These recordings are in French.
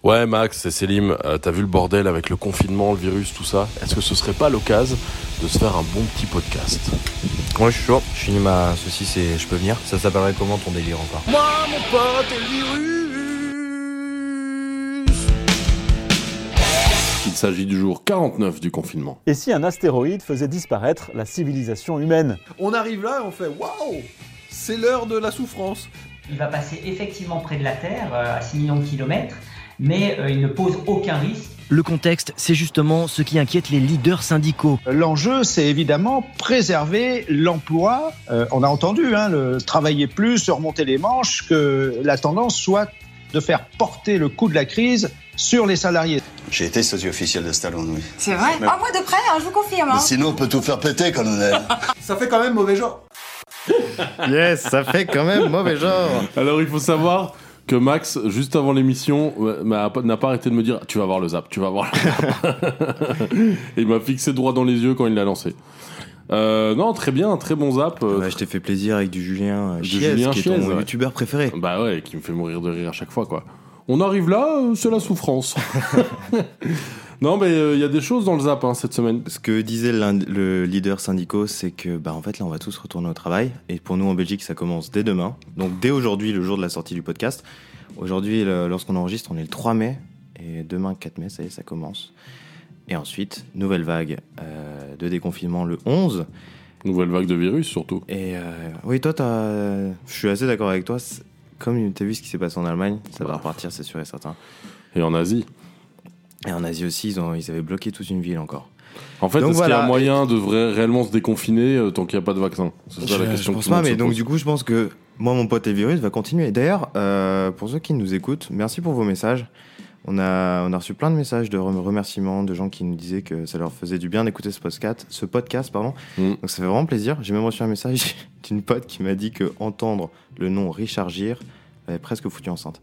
Ouais Max, c'est Selim, t'as vu le bordel avec le confinement, le virus, tout ça? Est-ce que ce serait pas l'occasion de se faire un bon petit podcast? Ouais, je suis chaud. Je finis ma saucisse et je peux venir. Ça s'appellerait comment ton délire encore? Moi mon pote et le virus. Il s'agit du jour 49 du confinement. Et si un astéroïde faisait disparaître la civilisation humaine? On arrive là et on fait waouh, c'est l'heure de la souffrance. Il va passer effectivement près de la Terre, à 6 millions de kilomètres, mais il ne pose aucun risque. Le contexte, c'est justement ce qui inquiète les leaders syndicaux. L'enjeu, c'est évidemment préserver l'emploi. On a entendu le travailler plus, se remonter les manches, que la tendance soit de faire porter le coût de la crise sur les salariés. J'ai été sosie officiel de Stallone, oui. C'est vrai? Mais... moi de près, je vous confirme. Mais sinon, on peut tout faire péter, colonel. Ça fait quand même mauvais genre. Yes, ça fait quand même mauvais genre. Alors il faut savoir que Max, juste avant l'émission, n'a pas arrêté de me dire « Tu vas voir le zap, tu vas voir le zap ». Et il m'a fixé droit dans les yeux quand il l'a lancé. Non, très bien, très bon zap. Ouais, je t'ai fait plaisir avec du Julien Chiez, qui est Chiez, ton ouais. youtubeur préféré. Bah ouais, qui me fait mourir de rire à chaque fois, quoi. On arrive là, c'est la souffrance. Non, mais il y a des choses dans le zap cette semaine. Ce que disait le leader syndicaux, c'est que en fait là on va tous retourner au travail. Et pour nous en Belgique ça commence dès demain. Donc dès aujourd'hui, le jour de la sortie du podcast. Aujourd'hui, lorsqu'on enregistre, on est le 3 mai. Et demain 4 mai, ça y est, ça commence. Et ensuite, nouvelle vague de déconfinement le 11. Nouvelle vague de virus surtout. Et oui, toi, je suis assez d'accord avec toi. Comme tu as vu ce qui s'est passé en Allemagne, ça va repartir, c'est sûr et certain. Et en Asie. Et en Asie aussi, ils avaient bloqué toute une ville encore. En fait, est-ce qu'il y a moyen de réellement se déconfiner tant qu'il n'y a pas de vaccin? C'est ça la question. Je pense pas, mais donc du coup, je pense que moi, mon pote et le virus va continuer. D'ailleurs, pour ceux qui nous écoutent, merci pour vos messages. On a reçu plein de messages de remerciements, de gens qui nous disaient que ça leur faisait du bien d'écouter ce podcast. Donc ça fait vraiment plaisir. J'ai même reçu un message d'une pote qui m'a dit que entendre le nom Richard Gere avait presque foutu enceinte.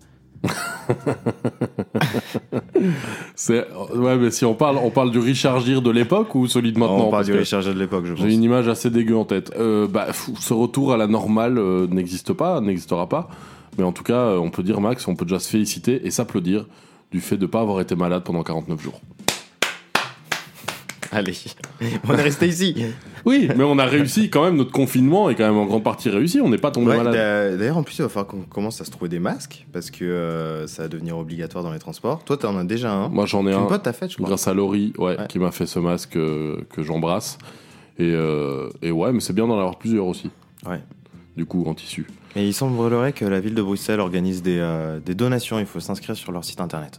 Ouais, mais si on parle du Richard Gere de l'époque ou celui de maintenant? On parle du Richard Gere de l'époque, je pense. J'ai une image assez dégueu en tête. Ce retour à la normale n'existera pas. Mais en tout cas, on peut dire, Max, on peut déjà se féliciter et s'applaudir du fait de ne pas avoir été malade pendant 49 jours. Allez, on est resté ici. Oui, mais on a réussi quand même, notre confinement est quand même en grande partie réussi, on n'est pas tombé malade. D'ailleurs, en plus, il va falloir qu'on commence à se trouver des masques, parce que ça va devenir obligatoire dans les transports. Toi, t'en as déjà un. Moi, j'en ai un. Une pote t'a fait, je crois. Grâce à Laurie, qui m'a fait ce masque que j'embrasse. Et ouais, mais c'est bien d'en avoir plusieurs aussi. Ouais. Du coup, en tissu. Et il semblerait que la ville de Bruxelles organise des donations, il faut s'inscrire sur leur site internet.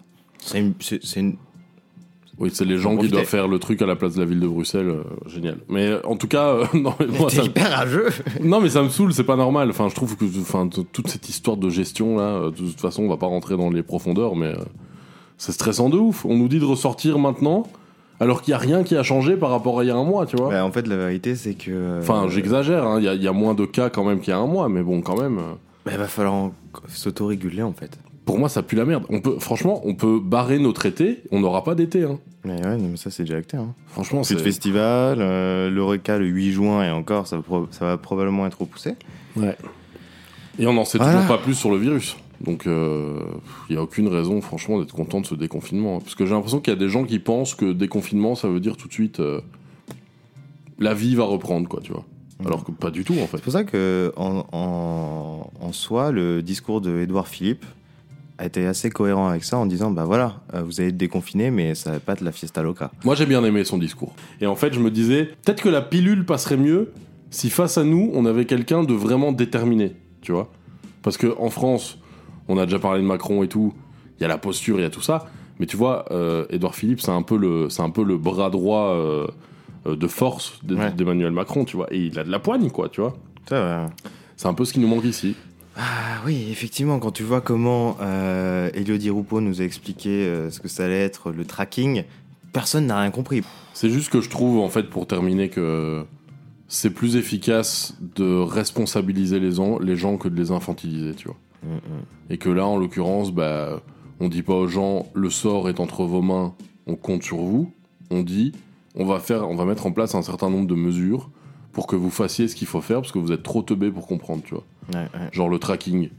Oui, c'est les gens qui doivent faire le truc à la place de la ville de Bruxelles, génial. Mais en tout cas, non, mais moi, c'est hyper rageux. Non, mais ça me saoule, c'est pas normal. Enfin, je trouve que toute cette histoire de gestion là, de toute façon, on va pas rentrer dans les profondeurs, mais c'est stressant de ouf. On nous dit de ressortir maintenant, alors qu'il y a rien qui a changé par rapport à il y a un mois, tu vois. En fait, la vérité, c'est que. Enfin, j'exagère. Il y a moins de cas quand même qu'il y a un mois, mais bon, quand même. Il va falloir s'auto-réguler en fait. Pour moi, ça pue la merde. Franchement, on peut barrer notre été, on n'aura pas d'été. Mais ouais, mais ça, c'est déjà acté. Franchement, plus de festival, l'Eureka le 8 juin, et encore, ça va probablement être repoussé. Ouais. Et on n'en sait toujours pas plus sur le virus. Donc, il n'y a aucune raison, franchement, d'être content de ce déconfinement. Parce que j'ai l'impression qu'il y a des gens qui pensent que déconfinement, ça veut dire tout de suite la vie va reprendre, quoi, tu vois. Alors que pas du tout, en fait. C'est pour ça que, en soi, le discours de Édouard Philippe a été assez cohérent avec ça en disant vous allez être déconfiné mais ça va pas être la fiesta loca. Moi j'ai bien aimé son discours et en fait je me disais peut-être que la pilule passerait mieux si face à nous on avait quelqu'un de vraiment déterminé, tu vois, parce que en France on a déjà parlé de Macron et tout, il y a la posture, il y a tout ça, mais tu vois Édouard Philippe c'est un peu le bras droit de force d'Emmanuel Macron, tu vois, et il a de la poigne, quoi, tu vois. C'est un peu ce qui nous manque ici. Ah oui, effectivement, quand tu vois comment Elodie Roupeau nous a expliqué ce que ça allait être le tracking, personne n'a rien compris. C'est juste que je trouve, en fait, pour terminer, que c'est plus efficace de responsabiliser les gens que de les infantiliser, tu vois. Et que là, en l'occurrence, on dit pas aux gens « le sort est entre vos mains, on compte sur vous », on dit « on va mettre en place un certain nombre de mesures pour que vous fassiez ce qu'il faut faire, parce que vous êtes trop teubés pour comprendre, tu vois. » Genre le tracking.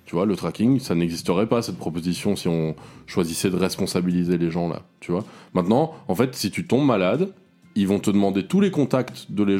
Tu vois, le tracking, ça n'existerait pas, cette proposition, si on choisissait de responsabiliser les gens, là. Tu vois. Maintenant, en fait, si tu tombes malade, ils vont te demander tous les contacts des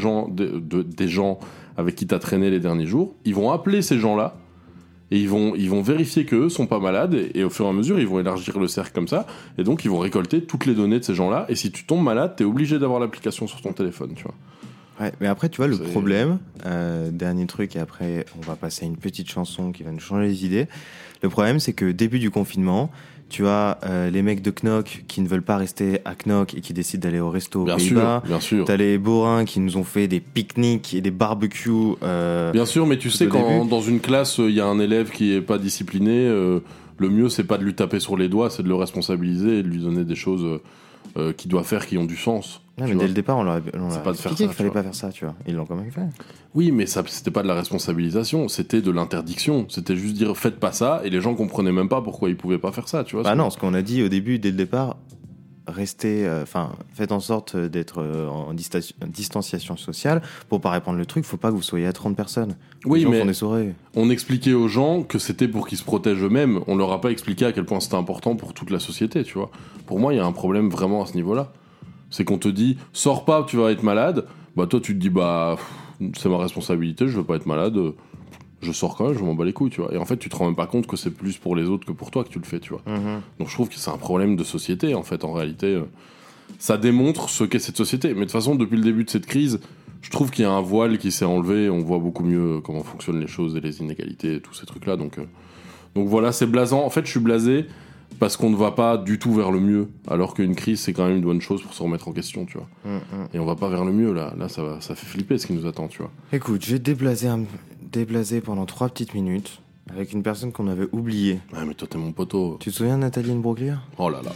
gens avec qui t'as traîné les derniers jours. Ils vont appeler ces gens-là, et ils vont vérifier qu'eux sont pas malades, et au fur et à mesure, ils vont élargir le cercle comme ça, et donc ils vont récolter toutes les données de ces gens-là, et si tu tombes malade, t'es obligé d'avoir l'application sur ton téléphone, tu vois. Ouais, mais après, tu vois, le problème, dernier truc, et après, on va passer à une petite chanson qui va nous changer les idées. Le problème, c'est que début du confinement, tu as les mecs de Knock qui ne veulent pas rester à Knock et qui décident d'aller au resto aux Pays-Bas. Bien sûr. T'as les bourrins qui nous ont fait des pique-niques et des barbecues. Bien sûr, mais tu sais, quand dans une classe, il y a un élève qui est pas discipliné, le mieux, c'est pas de lui taper sur les doigts, c'est de le responsabiliser et de lui donner des choses qu'il doit faire qui ont du sens. Non, mais dès le départ, on leur a expliqué qu'il fallait pas faire ça, tu vois. Ils l'ont quand même fait. Oui, mais ça, c'était pas de la responsabilisation, c'était de l'interdiction. C'était juste dire faites pas ça, et les gens comprenaient même pas pourquoi ils pouvaient pas faire ça, tu vois. Bah non, ce qu'on a dit au début, dès le départ, restez, faites en sorte d'être en distanciation sociale pour pas répandre le truc. Faut pas que vous soyez à 30 personnes. Oui, mais mais on expliquait aux gens que c'était pour qu'ils se protègent eux-mêmes. On leur a pas expliqué à quel point c'était important pour toute la société, tu vois. Pour moi, il y a un problème vraiment à ce niveau-là. C'est qu'on te dit, sors pas, tu vas être malade. Bah toi, tu te dis, c'est ma responsabilité, je veux pas être malade. Je sors quand même, je m'en bats les couilles, tu vois. Et en fait, tu te rends même pas compte que c'est plus pour les autres que pour toi que tu le fais, tu vois. Donc je trouve que c'est un problème de société, en fait, en réalité. Ça démontre ce qu'est cette société. Mais de toute façon, depuis le début de cette crise, je trouve qu'il y a un voile qui s'est enlevé. On voit beaucoup mieux comment fonctionnent les choses et les inégalités et tous ces trucs-là. Donc voilà, c'est blasant. En fait, je suis blasé parce qu'on ne va pas du tout vers le mieux. Alors qu'une crise, c'est quand même une bonne chose pour se remettre en question, tu vois. Et on va pas vers le mieux, là. Là, ça fait flipper ce qui nous attend, tu vois. Écoute, je vais déblaser pendant 3 petites minutes avec une personne qu'on avait oubliée. Ouais, mais toi, t'es mon poteau. Tu te souviens de Nathalie Imbruglia ? Oh là là.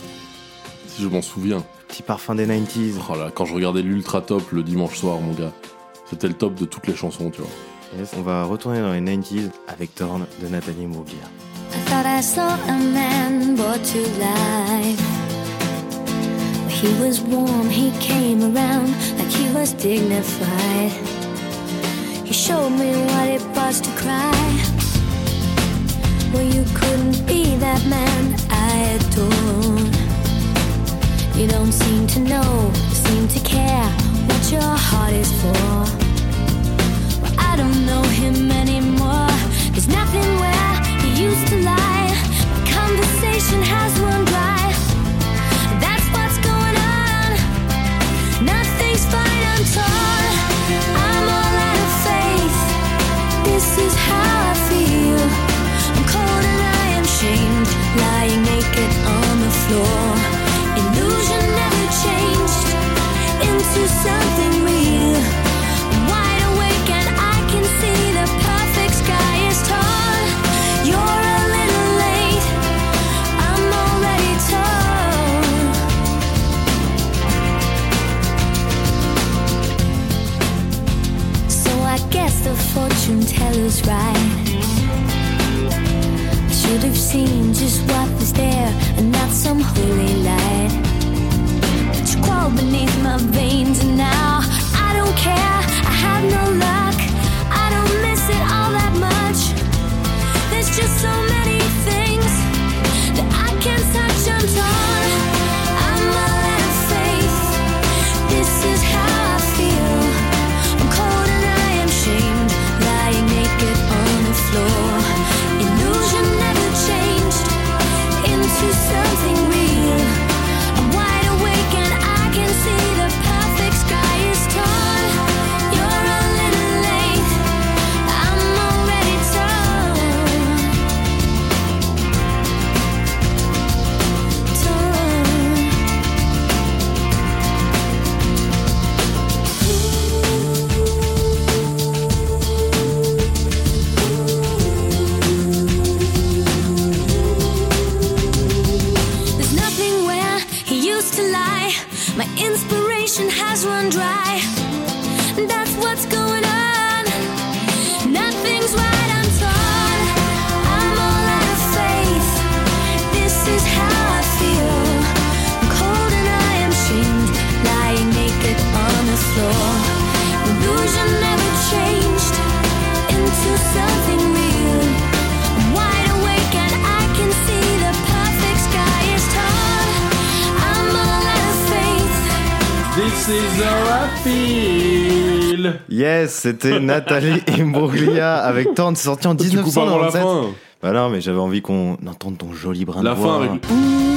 Si je m'en souviens. Petit parfum des 90s. Oh là, quand je regardais l'Ultra Top le dimanche soir, mon gars, c'était le top de toutes les chansons, tu vois. Yes, on va retourner dans les 90s avec Torn de Nathalie Imbruglia. I thought I saw a man brought to life. He was warm, he came around like he was dignified. He showed me what it was to cry. Well, you couldn't be that man I adored. You don't seem to know, seem to care what your heart is for. Well, I don't know him anymore. There's nothing where he used to lie. My conversation has run dry. That's what's going on. Nothing's fine, I'm torn. I'm all out of faith. This is how I feel. I'm cold and I am shamed, lying naked on the floor. Illusion never changed. This is how I feel. Yes, c'était Nathalie Imbruglia avec Torn, c'est sorti en Tu coupes avant la 1997. fin. Bah non, mais j'avais envie qu'on entende ton joli brin La de voix. fin avec.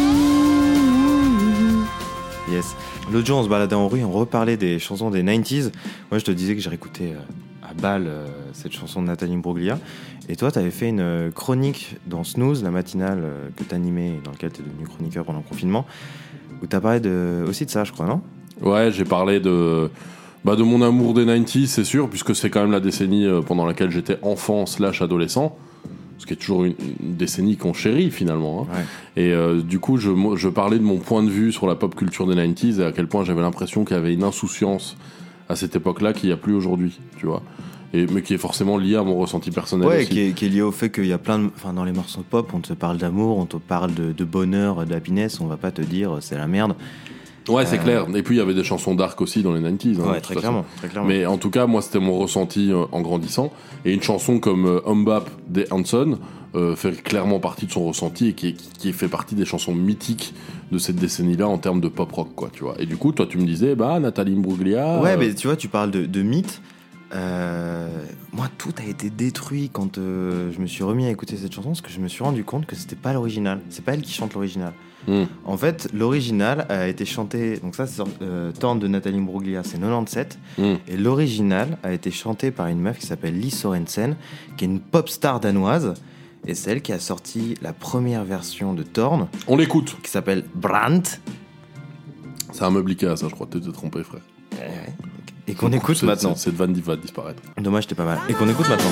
Yes. L'autre jour, on se baladait en rue, on reparlait des chansons des 90s. Moi, je te disais que j'ai réécouté à balle cette chanson de Nathalie Imbruglia. Et toi, t'avais fait une chronique dans Snooze, la matinale que t'animais et dans laquelle t'es devenu chroniqueur pendant le confinement, où t'as parlé aussi de ça, je crois, non ? Ouais, j'ai parlé de mon amour des 90s, c'est sûr, puisque c'est quand même la décennie pendant laquelle j'étais enfant / adolescent. Ce qui est toujours une décennie qu'on chérit finalement. Hein. Ouais. Et du coup, je parlais de mon point de vue sur la pop culture des 90s et à quel point j'avais l'impression qu'il y avait une insouciance à cette époque-là qu'il n'y a plus aujourd'hui, tu vois. Mais qui est forcément lié à mon ressenti personnel Ouais, aussi. qui est lié au fait qu'il y a plein de... Enfin, dans les morceaux pop, on te parle d'amour, on te parle de bonheur, d'happiness, on va pas te dire c'est la merde. Ouais, c'est clair. Et puis il y avait des chansons dark aussi dans les 90s. Hein, Ouais, très clairement. Mais en tout cas, moi, c'était mon ressenti en grandissant. Et une chanson comme Bap des Hanson fait clairement partie de son ressenti et qui fait partie des chansons mythiques de cette décennie-là en termes de pop rock, quoi, tu vois. Et du coup, toi, tu me disais, Nathalie Imbruglia. Ouais, mais tu vois, tu parles de mythes. Moi, tout a été détruit quand je me suis remis à écouter cette chanson parce que je me suis rendu compte que c'était pas l'original. C'est pas elle qui chante l'original. En fait, l'original a été chanté. Donc, ça, c'est Torn de Nathalie Imbruglia, c'est 97. Et l'original a été chanté par une meuf qui s'appelle Lis Sorensen, qui est une pop star danoise. Et c'est elle qui a sorti la première version de Torn. On l'écoute. Qui s'appelle Brandt. C'est un meuble Ikea, ça, je crois. T'es trompé, frère. Et qu'on écoute maintenant. Cette vanne va disparaître. Dommage, t'es pas mal. Et qu'on écoute maintenant.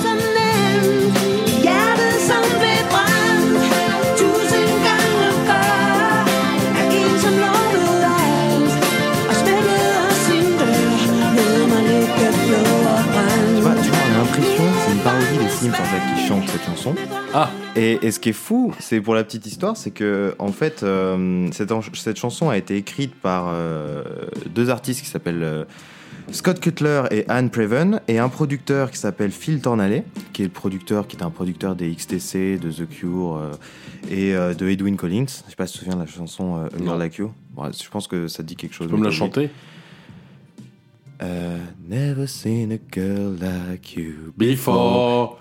Tu vois, on a l'impression que c'est une parodie des Sims en fait qui chante cette chanson. Ah. Et ce qui est fou, c'est pour la petite histoire, c'est que en fait cette chanson a été écrite par deux artistes qui s'appellent Scott Cutler et Anne Preven, et un producteur qui s'appelle Phil Tornalé, qui est un producteur des XTC, de The Cure et de Edwyn Collins. Je sais pas si tu te souviens de la chanson A Girl Like You. Bon, je pense que ça te dit quelque chose. Tu peux me la chanter? Never seen a girl like you before.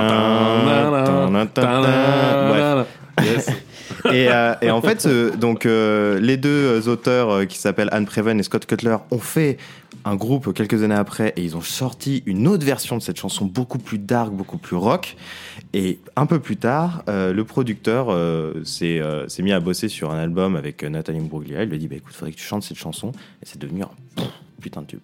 Yes. Et en fait, les deux auteurs qui s'appellent Anne Preven et Scott Cutler ont fait un groupe quelques années après et ils ont sorti une autre version de cette chanson beaucoup plus dark, beaucoup plus rock. Et un peu plus tard, le producteur s'est mis à bosser sur un album avec Nathalie Imbruglia. Il lui a dit écoute, faudrait que tu chantes cette chanson. Et c'est devenu un putain de tube.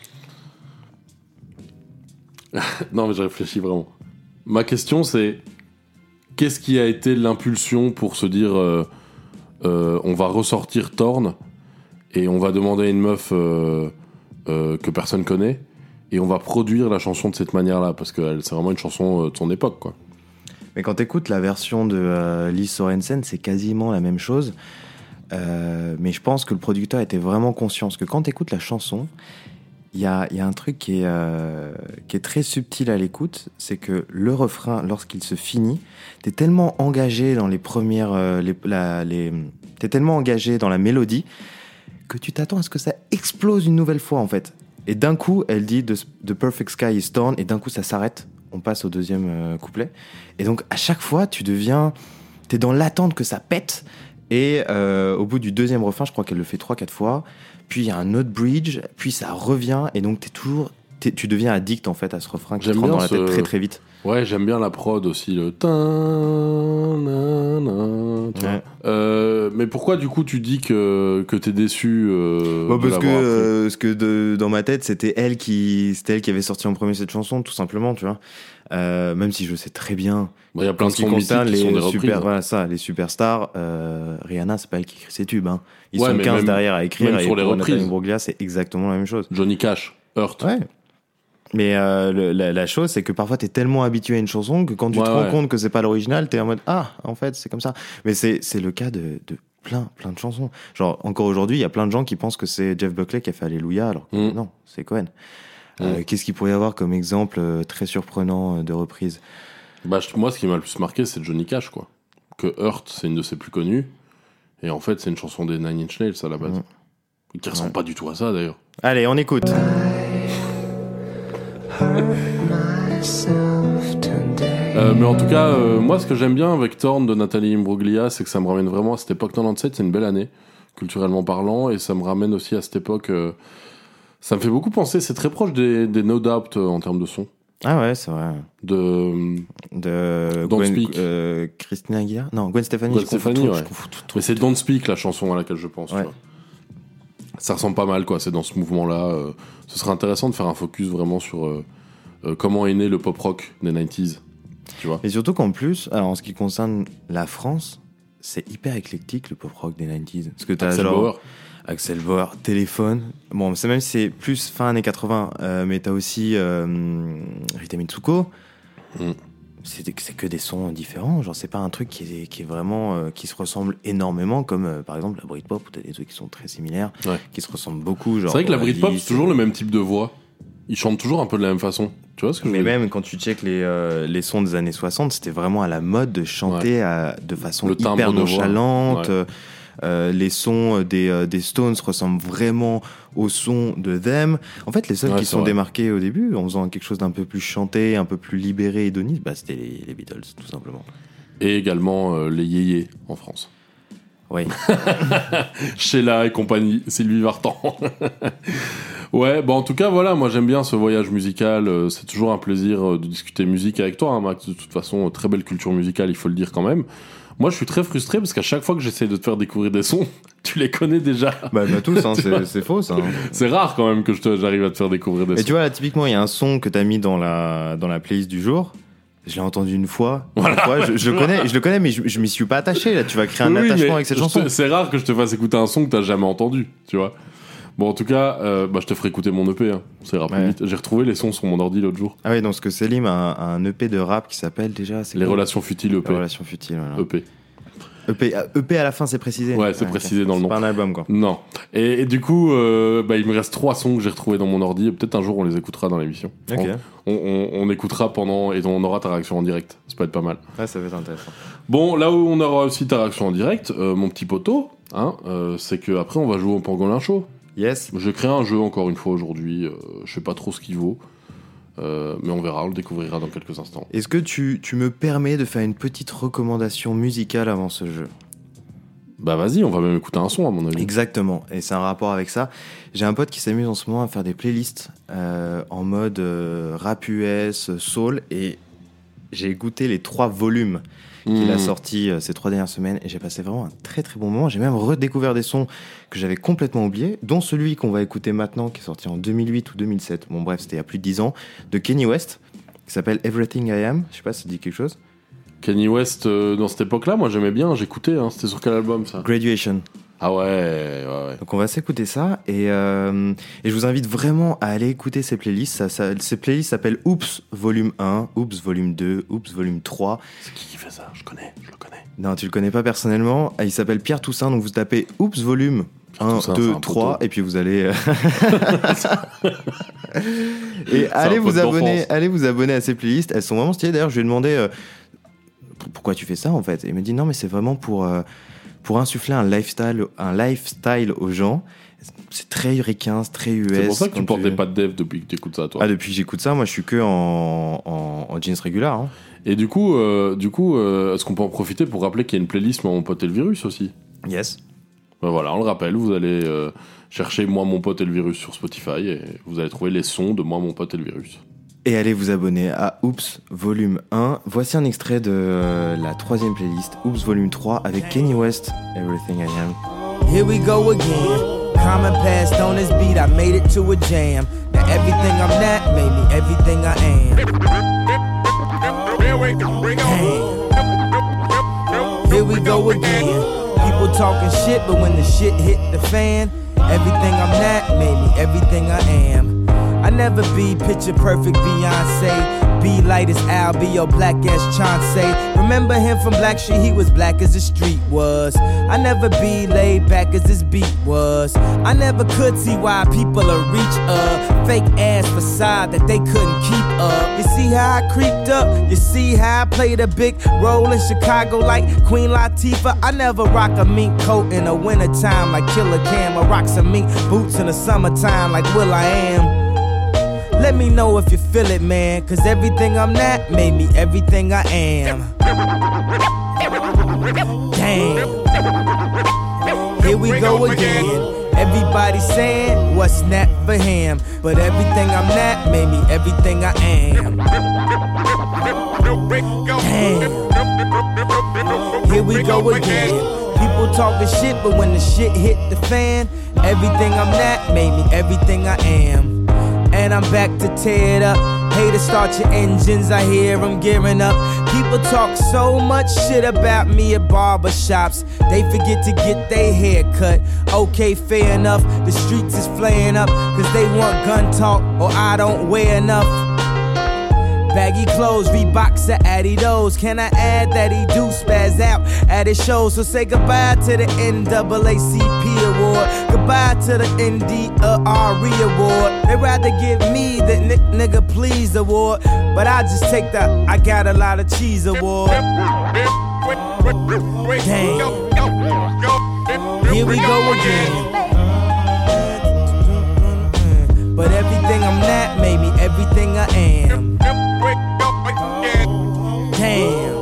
Non, mais je réfléchis vraiment. Ma question, c'est qu'est-ce qui a été l'impulsion pour se dire on va ressortir Torn et on va demander à une meuf que personne connaît et on va produire la chanson de cette manière-là parce que c'est vraiment une chanson de son époque, quoi. Mais quand t'écoutes la version de Lis Sorensen, c'est quasiment la même chose. Mais je pense que le producteur était vraiment conscient parce que quand t'écoutes la chanson, il y a un truc qui est très subtil à l'écoute, c'est que le refrain, lorsqu'il se finit, t'es tellement engagé dans les premières, t'es tellement engagé dans la mélodie que tu t'attends à ce que ça explose une nouvelle fois en fait. Et d'un coup, elle dit The Perfect Sky is torn, et d'un coup ça s'arrête. On passe au deuxième couplet. Et donc à chaque fois, t'es dans l'attente que ça pète. Et au bout du deuxième refrain, je crois qu'elle le fait 3-4 fois. Puis il y a un autre bridge, puis ça revient, et donc tu deviens addict en fait à ce refrain qui te rentre dans la tête très très vite. Ouais, j'aime bien la prod aussi, le ouais. Mais pourquoi du coup tu dis que t'es déçu parce que dans ma tête c'était elle qui avait sorti en premier cette chanson, tout simplement, tu vois. Même si je sais très bien. Il y a plein de sons mythiques qui sont des reprises. Voilà, ça, les superstars. Rihanna, c'est pas elle qui écrit ses tubes. Hein. Ils ouais, sont 15 même, derrière à écrire. Même et sur les pour reprises. Nathalie Imbruglia, c'est exactement la même chose. Johnny Cash, Hurt. Ouais. Mais la chose, c'est que parfois t'es tellement habitué à une chanson que quand tu te rends compte que c'est pas l'original, t'es en mode en fait c'est comme ça. Mais c'est le cas de plein de chansons. Genre encore aujourd'hui, il y a plein de gens qui pensent que c'est Jeff Buckley qui a fait Alléluia, alors que non, c'est Cohen. Qu'est-ce qu'il pourrait y avoir comme exemple très surprenant de reprise? Moi, ce qui m'a le plus marqué, c'est Johnny Cash, quoi. Que Hurt, c'est une de ses plus connues, et en fait, c'est une chanson des Nine Inch Nails à la base. Qui ressemble pas du tout à ça d'ailleurs. Allez, on écoute. Mais en tout cas, moi ce que j'aime bien avec Torn de Nathalie Imbruglia, c'est que ça me ramène vraiment à cette époque 97, c'est une belle année, culturellement parlant, et ça me ramène aussi à cette époque... ça me fait beaucoup penser, c'est très proche des No Doubt en termes de son. Ah ouais, c'est vrai. De Don't Gwen, Speak. Christina Aguilera. Non, Gwen Stefani. Gwen Stefani, ouais. Je confonds tout. Mais c'est Don't Speak la chanson à laquelle je pense. Ouais. Tu vois. Ça ressemble pas mal, quoi. C'est dans ce mouvement-là. Ce serait intéressant de faire un focus vraiment sur comment est né le pop rock des 90s. Tu vois. Et surtout qu'en plus, alors, en ce qui concerne la France, c'est hyper éclectique le pop rock des 90s. Parce que t'as Axel Bauer. Axel Bauer, Téléphone. Bon, c'est même si c'est plus fin années 80, mais t'as aussi Rita Mitsuko. C'est que des sons différents. Genre, c'est pas un truc qui est vraiment qui se ressemble énormément, comme par exemple la Britpop, où t'as des trucs qui sont très similaires, qui se ressemblent beaucoup. Genre, c'est vrai que la Britpop, c'est toujours le même type de voix. Ils chantent toujours un peu de la même façon. Tu vois ce que je veux dire ? Mais même quand tu checkes les sons des années 60, c'était vraiment à la mode de chanter de façon hyper nonchalante. Les sons des Stones ressemblent vraiment aux sons de Them. En fait, les seuls qui sont démarqués au début en faisant quelque chose d'un peu plus chanté, un peu plus libéré, hédoniste, c'était les Beatles, tout simplement. Et également les Yéyés en France. Oui. Sheila et compagnie, Sylvie Vartan. Ouais, bon, en tout cas, voilà, moi j'aime bien ce voyage musical. C'est toujours un plaisir de discuter musique avec toi, hein, Max. De toute façon, très belle culture musicale, il faut le dire quand même. Moi, je suis très frustré parce qu'à chaque fois que j'essaie de te faire découvrir des sons, tu les connais déjà. Bah tous, hein, c'est faux, ça. Hein. C'est rare quand même que j'arrive à te faire découvrir des sons. Et tu vois, là, typiquement, il y a un son que t'as mis dans la playlist du jour. Je l'ai entendu une fois. Je le connais, mais je m'y suis pas attaché. Là, tu vas créer un attachement avec cette chanson. C'est rare que je te fasse écouter un son que t'as jamais entendu, tu vois. Bon, en tout cas, je te ferai écouter mon EP. Hein. C'est rap vite. J'ai retrouvé les sons sur mon ordi l'autre jour. Ah oui, donc ce que Selim a un EP de rap qui s'appelle déjà... Les Relations Futiles EP. Les Relations Futiles, voilà. EP. EP à la fin, c'est précisé. Ouais, c'est précisé dans le nom. C'est pas un album, quoi. Non. Et du coup, il me reste 3 sons que j'ai retrouvés dans mon ordi. Peut-être un jour, on les écoutera dans l'émission. Ok. On écoutera pendant et on aura ta réaction en direct. Ça peut être pas mal. Ouais, ça va être intéressant. Bon, là où on aura aussi ta réaction en direct, mon petit poteau, hein, c'est qu'après, on va jouer au Pangolin Show. Yes. J'ai créé un jeu encore une fois aujourd'hui. Je sais pas trop ce qu'il vaut. Mais on verra, on le découvrira dans quelques instants. Est-ce que tu me permets de faire une petite recommandation musicale avant ce jeu ? Bah vas-y, on va même écouter un son à mon avis. Exactement, et c'est un rapport avec ça. J'ai un pote qui s'amuse en ce moment à faire des playlists en mode rap US, soul, et j'ai écouté les 3 volumes qu'il a sortis ces 3 dernières semaines, et j'ai passé vraiment un très très bon moment. J'ai même redécouvert des sons que j'avais complètement oubliés, dont celui qu'on va écouter maintenant, qui est sorti en 2008 ou 2007, bon bref, c'était il y a plus de 10 ans, de Kanye West, qui s'appelle Everything I Am. Je sais pas si ça dit quelque chose. Kanye West, dans cette époque-là, moi j'aimais bien, j'écécoutais, hein. C'était sur quel album ça ? Graduation. Ah ouais. Donc on va s'écouter ça, et je vous invite vraiment à aller écouter ces playlists. Ces playlists s'appellent Oops Volume 1, Oops Volume 2, Oops Volume 3. C'est qui fait ça ? Je le connais. Non, tu le connais pas personnellement. Il s'appelle Pierre Toussaint, donc vous tapez Oops Volume 1, 2, 3, et puis vous allez... et allez vous abonner à ces playlists, elles sont vraiment stylées. D'ailleurs, je lui ai demandé pourquoi tu fais ça en fait. Et il me dit non, mais c'est vraiment pour insuffler un lifestyle aux gens. C'est très ricain, c'est très US. C'est pour ça que tu portes des pattes dev depuis que tu écoutes ça, toi. Ah, depuis que j'écoute ça, moi je suis que en jeans régulier. Hein. Et du coup, est-ce qu'on peut en profiter pour rappeler qu'il y a une playlist Moi, mon pote et le virus aussi ? Yes. Ben voilà, on le rappelle, vous allez chercher Moi, mon pote et le virus sur Spotify et vous allez trouver les sons de Moi, mon pote et le virus. Et allez vous abonner à Oops Volume 1. Voici un extrait de la 3e playlist, Oops Volume 3, avec Kanye West, Everything I Am. Here we go again. Common passed on this beat, I made it to a jam. Now everything I'm not made me everything I am. Here we go again. People talking shit, but when the shit hit the fan, everything I'm not made me everything I am. I never be picture perfect Beyonce. be light as Albie or black as Chauncey. Remember him from Blackstreet, he was black as the street was. I never be laid back as this beat was. I never could see why people are reach a fake ass facade that they couldn't keep up. You see how I creeped up? You see how I played a big role in Chicago like Queen Latifah? I never rock a mink coat in the wintertime like Killer Cam. I rock some mink boots in the summertime like will.i.am. Let me know if you feel it, man, cause everything I'm not made me everything I am. Damn. Here we go again. Everybody saying what's not for him, but everything I'm not made me everything I am. Damn. Here we go again. People talking shit, but when the shit hit the fan, everything I'm not made me everything I am. And I'm back to tear it up. Haters start your engines, I hear them gearing up. People talk so much shit about me at barbershops. They forget to get their hair cut. Okay, fair enough, the streets is flaring up, cause they want gun talk or I don't wear enough. Baggy clothes, Reeboks or Adidas. Can I add that he do spaz out at his shows? So say goodbye to the NAACP award, goodbye to the NDRE award. They rather give me the nigga please award, but I just take the I got a lot of cheese award. Damn. Here we go again. But everything I'm not made me everything I am. Damn.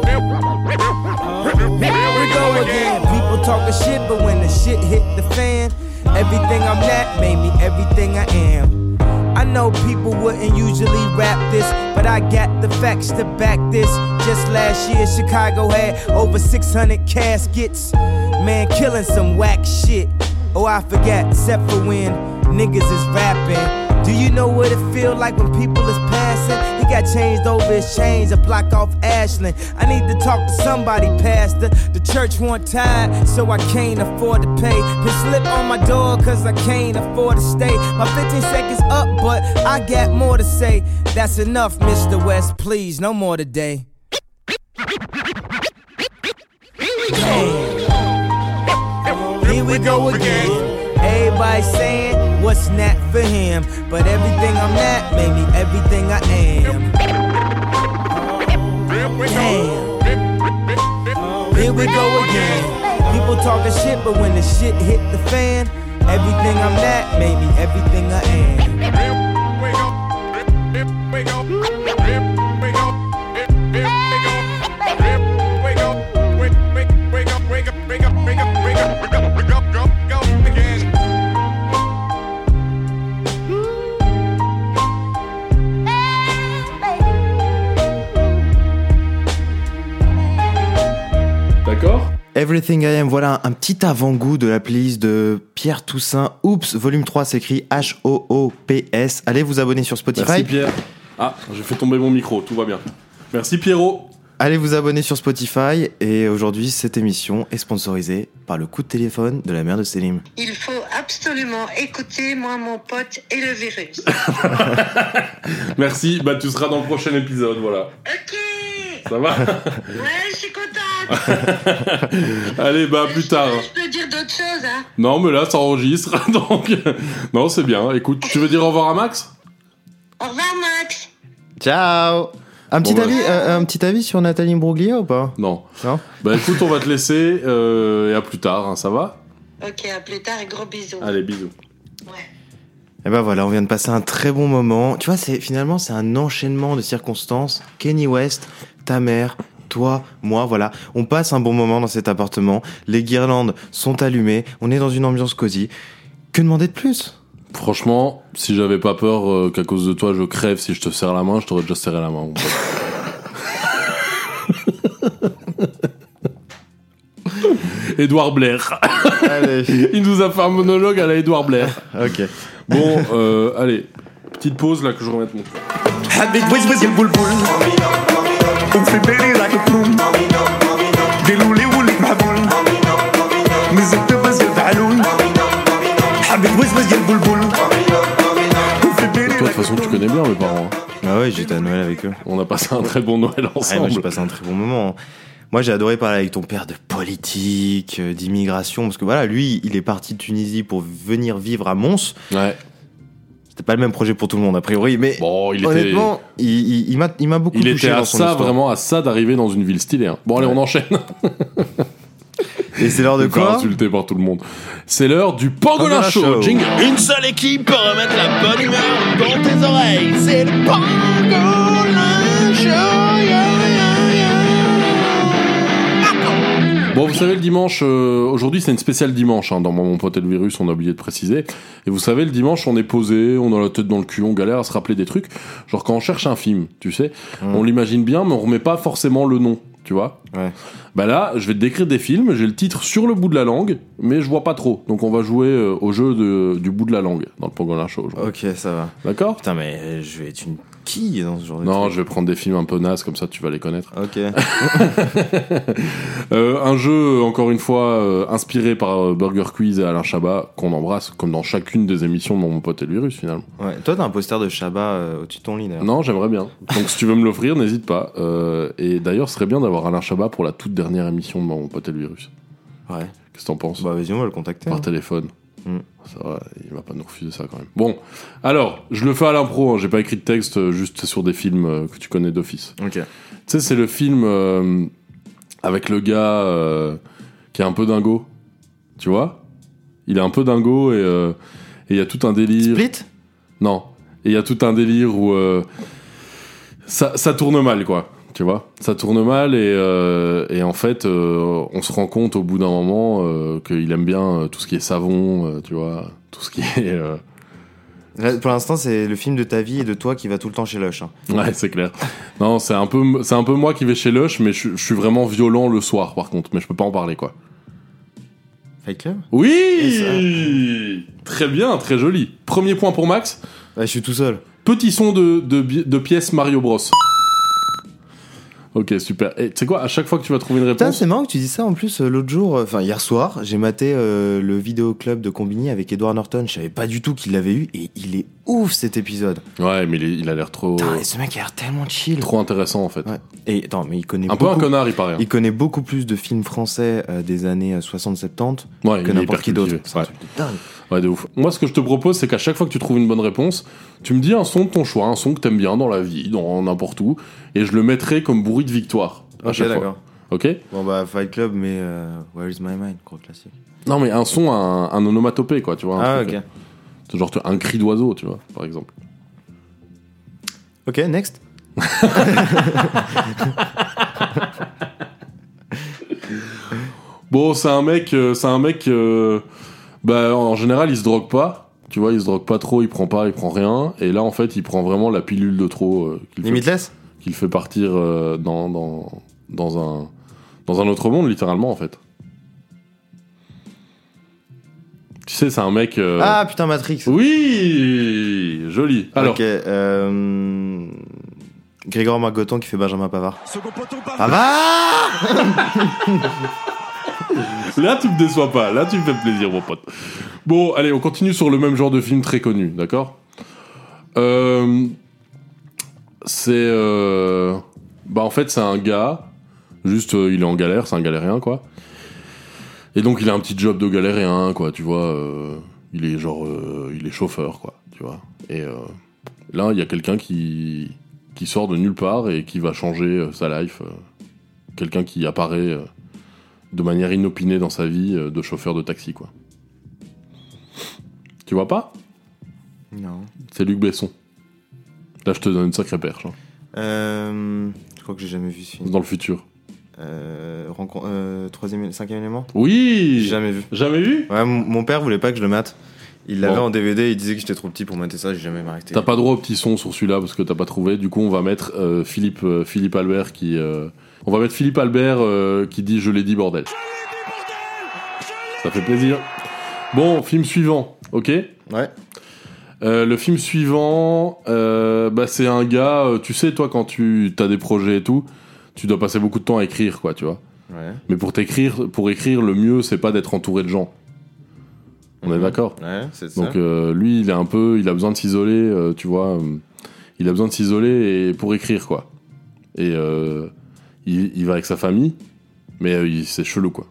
Here we go again. People talking shit, but when the shit hit the fan, everything I'm not made me everything I am. I know people wouldn't usually rap this, but I got the facts to back this. Just last year, Chicago had over 600 caskets. Man, killing some whack shit. Oh, I forgot, except for when niggas is rapping. Do you know what it feel like when people is passing? He got changed over his chains, a block off Ashland. I need to talk to somebody, pastor. The church want tired, so I can't afford to pay. Been slip on my door, cause I can't afford to stay. My 15 seconds up, but I got more to say. That's enough, Mr. West, please, no more today. Damn. Here we go again. Everybody saying what's not for him, but everything I'm not made me everything I am. Damn. Here we go again. People talking shit, but when the shit hit the fan, everything I'm not made me everything I am. Everything I Am, voilà un petit avant-goût de la playlist de Pierre Toussaint. Oups, volume 3 s'écrit H-O-O-P-S. Allez vous abonner sur Spotify. Merci Pierre. Ah, j'ai fait tomber mon micro, tout va bien. Merci Pierrot. Allez vous abonner sur Spotify. Et aujourd'hui, cette émission est sponsorisée par le coup de téléphone de la mère de Selim. Il faut absolument écouter Moi, mon pote et le virus. Merci, bah tu seras dans le prochain épisode, voilà. Ok. Ça va? Ouais, je suis contente. Allez, bah plus tard. Je peux dire d'autres choses, hein? Non, mais là, ça enregistre, donc... Non, c'est bien. Écoute, tu veux dire au revoir à Max? Au revoir, Max. Ciao. Un petit avis sur Nathalie Imbruglia ou pas? Non. Bah écoute, on va te laisser et à plus tard, hein, ça va? Ok, à plus tard et gros bisous. Allez, bisous. Ouais. Et ben voilà, on vient de passer un très bon moment. Tu vois, finalement, c'est un enchaînement de circonstances. Kanye West, ta mère, toi, moi, voilà. On passe un bon moment dans cet appartement. Les guirlandes sont allumées. On est dans une ambiance cosy. Que demander de plus? Franchement, si j'avais pas peur qu'à cause de toi je crève si je te serre la main, je t'aurais déjà serré la main. Édouard Blair. Allez. Il nous a fait un monologue à la Édouard Blair. Ok. Bon, allez, petite pause là que je remette mon truc. Toi, de toute façon, tu connais bien mes parents. Hein. Ah ouais, j'étais à Noël avec eux. On a passé un très bon Noël Ouais, ensemble. moi, j'ai passé un très bon moment. Moi, j'ai adoré parler avec ton père de politique, d'immigration, parce que voilà, lui, il est parti de Tunisie pour venir vivre à Mons. Ouais. C'était pas le même projet pour tout le monde, a priori, mais Bon, honnêtement, il m'a beaucoup Il touché était à dans son ça, histoire. vraiment à ça d'arriver dans une ville stylée. Hein. Bon, allez, on enchaîne. Et c'est l'heure de Pas quoi? insulté par tout le monde. C'est l'heure du Pangolin Pangolin Show. Show. Jingle. Une seule équipe peut remettre la bonne humeur dans tes oreilles. C'est le Pangolin Show. Bon, vous savez, le dimanche, aujourd'hui c'est une spéciale dimanche, hein, dans Mon pote et le virus, on a oublié de préciser. Et vous savez, le dimanche, on est posé, on a la tête dans le cul, on galère à se rappeler des trucs. Genre quand on cherche un film, tu sais, on l'imagine bien, mais on remet pas forcément le nom, tu vois. Ouais. Bah là, je vais te décrire des films, j'ai le titre sur le bout de la langue, mais je vois pas trop. Donc on va jouer au jeu du bout de la langue, dans le Pangolin Show aujourd'hui. Ok, ça va. D'accord? Putain, mais je vais être une quille dans ce genre de Non, truc. je vais prendre des films un peu nazes, comme ça tu vas les connaître. Ok. Un jeu, encore une fois, inspiré par Burger Quiz et Alain Chabat, qu'on embrasse, comme dans chacune des émissions de Mon pote et le virus, finalement. Ouais. Toi, t'as un poster de Chabat au-dessus de ton lit, d'ailleurs. Non, j'aimerais bien. Donc si tu veux me l'offrir, n'hésite pas. Et d'ailleurs, ce serait bien d'avoir Alain Chabat pour la toute dernière émission de Mon pote et le virus. Ouais. Qu'est-ce que t'en penses? Bah, vas-y, on va le contacter. Par hein. téléphone. Mm. Ça va, il va pas nous refuser ça quand même. Bon, alors, je le fais à l'impro, hein, j'ai pas écrit de texte, juste sur des films que tu connais d'office. Ok. Tu sais, c'est le film avec le gars qui est un peu dingo. Tu vois? Il est un peu dingo et il y a tout un délire. Split? Non. Et il y a tout un délire où ça tourne mal, quoi. Tu vois? Ça tourne mal et en fait, on se rend compte au bout d'un moment qu'il aime bien tout ce qui est savon, tu vois? Tout ce qui est... Là, pour l'instant, c'est le film de ta vie et de toi qui va tout le temps chez Lush. Hein. Ouais, c'est clair. Non, c'est un peu moi qui vais chez Lush, mais je suis vraiment violent le soir, par contre. Mais je peux pas en parler, quoi. Fight Club? Oui! Très bien, très joli. Premier point pour Max. Ouais, je suis tout seul. Petit son de pièce Mario Bros. Ok, super. Et tu sais quoi, à chaque fois que tu vas trouver une Putain, réponse... c'est marrant que tu dis ça. En plus, l'autre jour, enfin hier soir, j'ai maté le vidéo club de Combini avec Edward Norton. Je savais pas du tout qu'il l'avait eu et il est ouf cet épisode. Ouais, mais il a l'air trop... Putain, et ce mec a l'air tellement chill. Trop intéressant, en fait. Ouais. Et attends, mais il connaît Un peu un connard, il paraît. Hein. Il connaît beaucoup plus de films français des années 60-70 Ouais, que il est n'importe hyper qui d'autre. cultivé. C'est un Ouais. truc de dingue. Ouais, de ouf. Moi, ce que je te propose, c'est qu'à chaque fois que tu trouves une bonne réponse, tu me dis un son de ton choix, un son que t'aimes bien dans la vie, dans n'importe où, et je le mettrai comme bruit de victoire. À Ok, chaque d'accord. Fois. Ok? Bon bah Fight Club, mais Where is my mind, gros classique. Non, mais un son, un onomatopée, quoi, tu vois. Ah, truc, ok. C'est genre un cri d'oiseau, tu vois, par exemple. Ok, next. Bon, c'est un mec, bah, en général, il se drogue pas. Tu vois, il se drogue pas trop, il prend rien. Et là, en fait, il prend vraiment la pilule de trop Limitless. qu'il fait partir dans un autre monde, littéralement, en fait. Tu sais, c'est un mec... Ah putain, Matrix. Oui, joli. Alors, Ok, Grégoire Margoton qui fait Benjamin Pavard. Pavard. là, tu me déçois pas. Là, tu me fais plaisir, mon pote. Bon, allez, on continue sur le même genre de film très connu, d'accord? C'est... Bah, en fait, c'est un gars... Juste, il est en galère, c'est un galérien, quoi. Et donc, il a un petit job de galérien, quoi, tu vois. Il est genre... il est chauffeur, quoi, tu vois. Et là, il y a quelqu'un qui sort de nulle part et qui va changer sa life. Quelqu'un qui apparaît de manière inopinée dans sa vie de chauffeur de taxi, quoi. Tu vois pas? Non. C'est Luc Besson. Là, je te donne une sacrée perche. Hein. Je crois que j'ai jamais vu ce film. Dans le futur. Cinquième élément? Oui! J'ai jamais vu. Jamais vu? Ouais, mon père voulait pas que je le mate. Il l'avait Bon. en DVD, il disait que j'étais trop petit pour mater ça, j'ai jamais arrêté. T'as pas droit au petit son sur celui-là parce que t'as pas trouvé. Du coup, on va mettre Philippe Albert qui... On va mettre Philippe Albert qui dit « Je l'ai dit, bordel ». Ça fait plaisir. Bon, film suivant, ok? Ouais. Le film suivant, bah, c'est un gars... tu sais, toi, quand t'as des projets et tout, tu dois passer beaucoup de temps à écrire, quoi, tu vois. Ouais. Mais pour écrire, le mieux, c'est pas d'être entouré de gens. On est d'accord? Ouais, c'est ça. Donc lui, il a besoin de s'isoler, tu vois. il a besoin de s'isoler et pour écrire, quoi. Et il va avec sa famille, mais c'est chelou, quoi.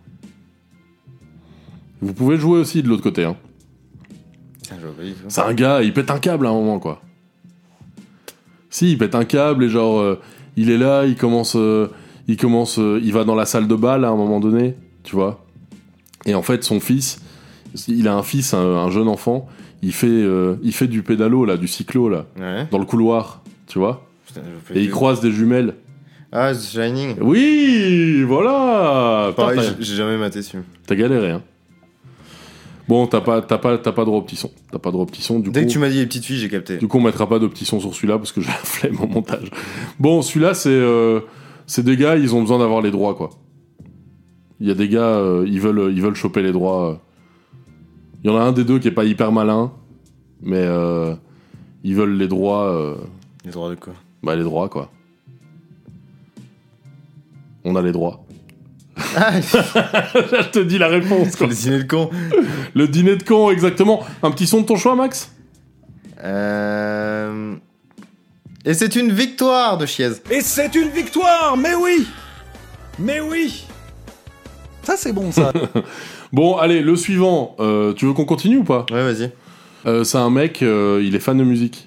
Vous pouvez jouer aussi de l'autre côté, hein. C'est un gars, il pète un câble à un moment, quoi. Si, il pète un câble et genre, il est là, il va dans la salle de bal à un moment donné, tu vois. Et en fait, son fils, il a un fils, un jeune enfant, il fait du pédalo, là, du cyclo, là, dans le couloir, tu vois. Putain, et il croise des jumelles. Ah, The Shining. Oui, voilà. Pareil, j'ai jamais maté ce film. T'as galéré, hein. Bon, t'as pas droit au petit son. T'as pas droit au petit son. Dès que tu m'as dit les petites filles, j'ai capté. Du coup, on mettra pas de petit son sur celui-là parce que j'ai la flemme en montage. Bon, celui-là, c'est des gars, ils ont besoin d'avoir les droits, quoi. Il y a des gars, ils veulent choper les droits. Il y en a un des deux qui est pas hyper malin, mais ils veulent les droits. Les droits de quoi ? Bah, les droits, quoi. On a les droits. Ah, je te dis la réponse, quoi. Le dîner de con. Le dîner de con, exactement. Un petit son de ton choix, Max ? Et c'est une victoire de Chiez. Et c'est une victoire, mais oui. Ça, c'est bon, ça. Bon, allez, le suivant. Tu veux qu'on continue ou pas ? Ouais, vas-y. C'est un mec, il est fan de musique.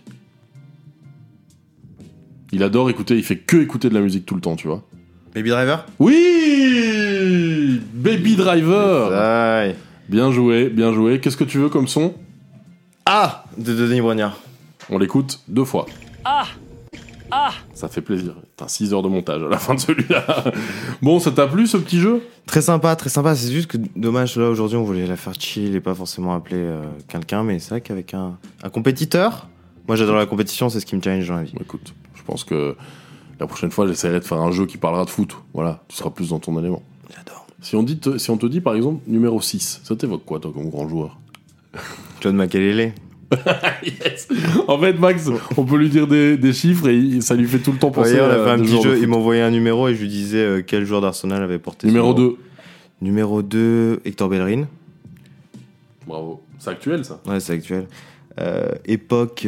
Il adore écouter, il fait que écouter de la musique tout le temps, tu vois. Baby Driver ? Oui ! Baby Driver ! Aïe. Bien joué. Qu'est-ce que tu veux comme son ? Ah ! De Denis Brognard. On l'écoute 2 fois. Ah ! Ça fait plaisir. T'as 6 heures de montage à la fin de celui-là. Bon, ça t'a plu ce petit jeu ? Très sympa. C'est juste que dommage, là aujourd'hui on voulait la faire chill et pas forcément appeler quelqu'un, mais c'est vrai qu'avec un compétiteur, moi j'adore la compétition, c'est ce qui me challenge dans la vie. Écoute, je pense que la prochaine fois j'essaierai de faire un jeu qui parlera de foot. Voilà, tu seras plus dans ton élément. J'adore. Si on te dit par exemple numéro 6, ça t'évoque quoi toi comme grand joueur ? John Makelele. Yes. En fait, Max, on peut lui dire des chiffres et ça lui fait tout le temps penser on a fait un petit jeu, il il m'envoyait un numéro et je lui disais quel joueur d'Arsenal avait porté numéro 2. Numéro 2, Hector Bellerin. Bravo. C'est actuel, ça ? Ouais, c'est actuel. Époque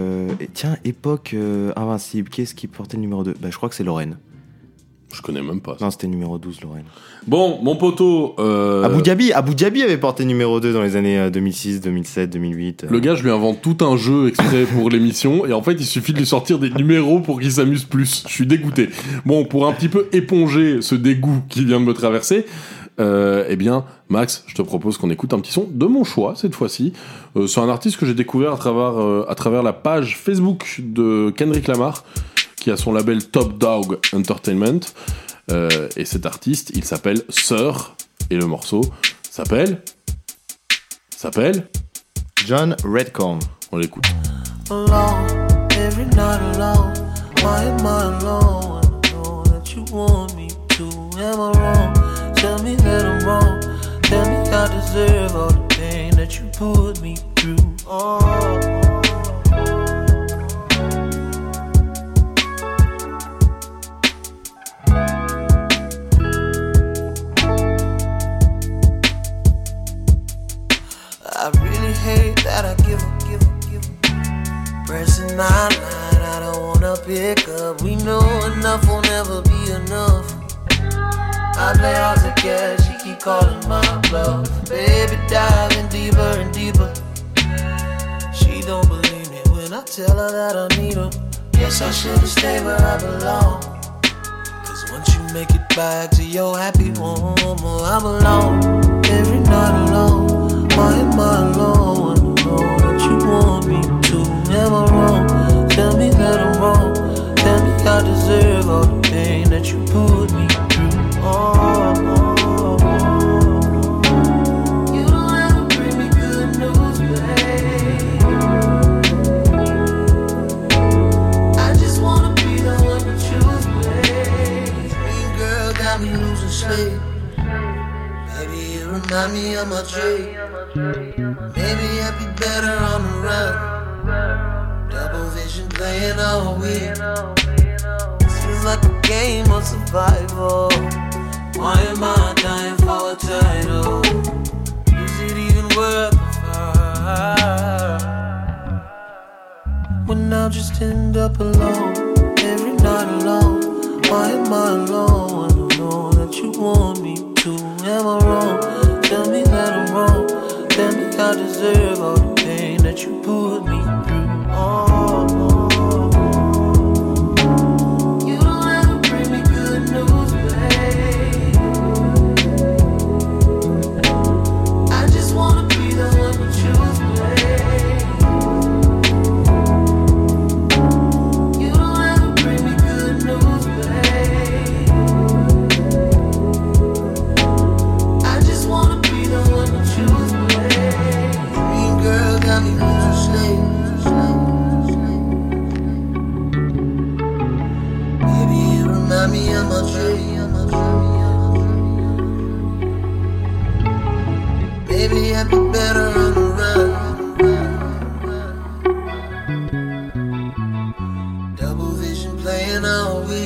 invincible. Qui est-ce qui portait le numéro 2 ? Bah, je crois que c'est Lorraine. Je connais même pas ça. Non, c'était numéro 12, Lorraine. Bon, mon poteau... Abu Dhabi avait porté numéro 2 dans les années 2006, 2007, 2008. Le gars, je lui invente tout un jeu exprès pour l'émission, et en fait, il suffit de lui sortir des numéros pour qu'il s'amuse plus. Je suis dégoûté. Bon, pour un petit peu éponger ce dégoût qui vient de me traverser, eh bien, Max, je te propose qu'on écoute un petit son de mon choix, cette fois-ci. C'est un artiste que j'ai découvert à travers la page Facebook de Kendrick Lamar, qui a son label Top Dog Entertainment. Et cet artiste, il s'appelle Sir, et le morceau s'appelle John Redcorn. On l'écoute. Alone, every night alone. Why am I alone? I know that you want me to. Am I wrong? Tell me that I'm wrong. Tell me I deserve all the pain that you put me through. I really hate that I give up. Pressing my line, I don't wanna pick up. We know enough will never be enough. I play hard to catch, she keep calling my bluff. Baby, diving deeper and deeper. She don't believe me when I tell her that I need her. Guess I should've stayed where I belong. Cause once you make it back to your happy home, I'm alone, every night alone. Why am I alone? I know that you want me to. Am I wrong? Tell me that I'm wrong. Tell me I deserve all the pain that you put me through. You don't ever bring me good news, babe. I just wanna be the one you choose, babe. Dream girl got me losing sleep. Maybe you remind me of my dream. Maybe I'd be better on the run. Double vision playing all week. This feels like a game of survival. Why am I dying for a title? Is it even worth the fight? When I'm just end up alone, every night alone. Why am I alone? I don't know that you want me to. Am I wrong? Tell me that I'm wrong. Tell me I deserve all the pain that you put me through. You don't ever bring me good news, babe. I just wanna be the one you choose, babe. You don't ever bring me good news, babe. I just wanna be the one you choose, babe. Mean girl got me losing sleep. Baby, you remind me of my dream. Maybe I'd be better on the run. Double vision playing all week.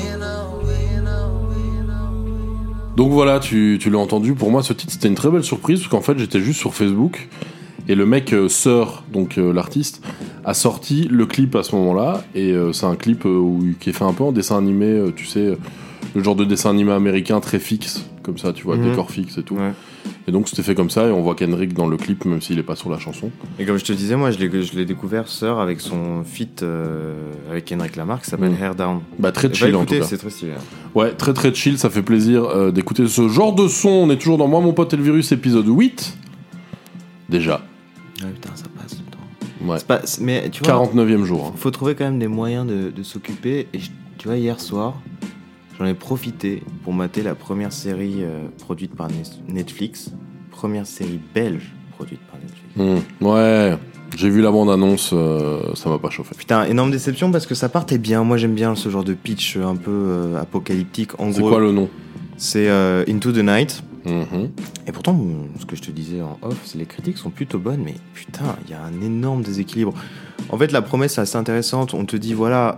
Donc voilà, tu l'as entendu. Pour moi, ce titre, c'était une très belle surprise parce qu'en fait, j'étais juste sur Facebook et le mec Sir, donc l'artiste, a sorti le clip à ce moment-là. Et c'est un clip qui est fait un peu en dessin animé, tu sais, le genre de dessin animé américain très fixe, comme ça, tu vois, décor fixe et tout. Ouais. Et donc c'était fait comme ça et on voit Kendrick dans le clip, même s'il est pas sur la chanson. Et comme je te disais, moi je l'ai découvert Sir avec son feat avec Kendrick Lamar qui s'appelle Hair Down. Bah très chill en tout cas. C'est très stylé. Ouais, très très chill, ça fait plaisir d'écouter ce genre de son. On est toujours dans Moi, mon pote et le virus, épisode 8. Déjà. Ouais, putain, ça passe le temps. Ouais. Mais tu vois, 49e jour. Faut trouver quand même des moyens de s'occuper. Et tu vois, hier soir, j'en ai profité pour mater la première série produite par Netflix. Première série belge produite par Netflix. Ouais, j'ai vu la bande-annonce, ça m'a pas chauffé. Putain, énorme déception parce que ça partait bien. Moi, j'aime bien ce genre de pitch un peu apocalyptique. En C'est gros, quoi le nom ? C'est Into the Night. Et pourtant, ce que je te disais en off, c'est les critiques sont plutôt bonnes, mais putain, il y a un énorme déséquilibre. En fait, la promesse est assez intéressante. On te dit, voilà,